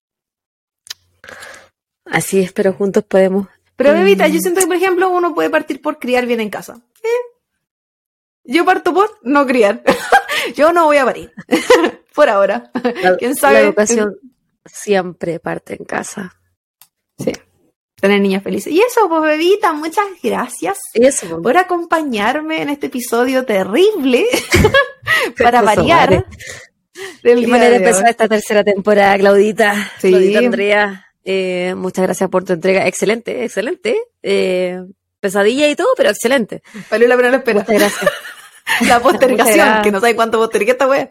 Así es, pero juntos podemos. Pero, bebita, yo siento que, por ejemplo, uno puede partir por criar bien en casa. Yo parto por no criar. Yo no voy a parir. Por ahora. ¿Quién sabe? siempre parte en casa. Sí. Tener niños felices. Y eso, pues, bebita, muchas gracias por acompañarme en este episodio terrible para variar. Qué manera de empezar esta tercera temporada, Claudita. Sí. Claudita Andrea, muchas gracias por tu entrega. Excelente, excelente. Pesadilla y todo, pero excelente. Valió la pena la espera. Muchas gracias. La postergación, que no sabe cuánto postergué esta wea.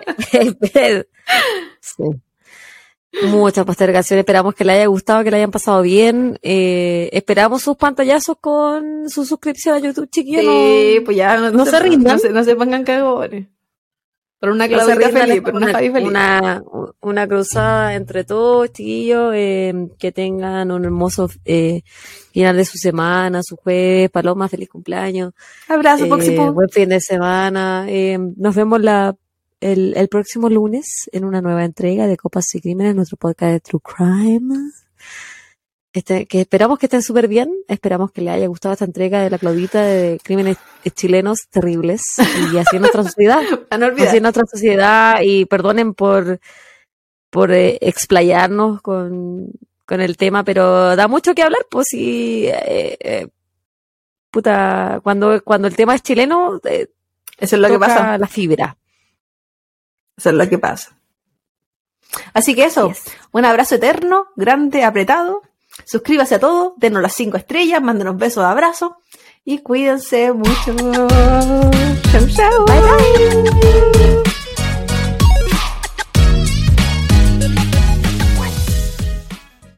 Sí. Mucha postergación. Esperamos que le haya gustado, que le hayan pasado bien. Esperamos sus pantallazos con su suscripción a YouTube, chiquillos. Sí, pues ya no se rindan. No se pongan cagones. Por una Claudita feliz, por una Fabi feliz. Una cruzada entre todos, chiquillos. Que tengan un hermoso final de su semana, su jueves. Paloma, feliz cumpleaños. Abrazo, Poxipú. Buen fin de semana. Nos vemos el próximo lunes en una nueva entrega de Copas y Crímenes, nuestro podcast de True Crime. Que esperamos que estén súper bien. Esperamos que les haya gustado esta entrega de la Claudita de crímenes chilenos terribles y así en nuestra sociedad. Así en nuestra sociedad, y perdonen por explayarnos con el tema, pero da mucho que hablar, pues sí. Cuando el tema es chileno, eso es lo que pasa. La fibra. Eso es lo que pasa. Así que eso, un abrazo eterno, grande, apretado. Suscríbase a todo, denos las 5 estrellas, mándenos besos, abrazos y cuídense mucho. Chau, chau. Bye, bye.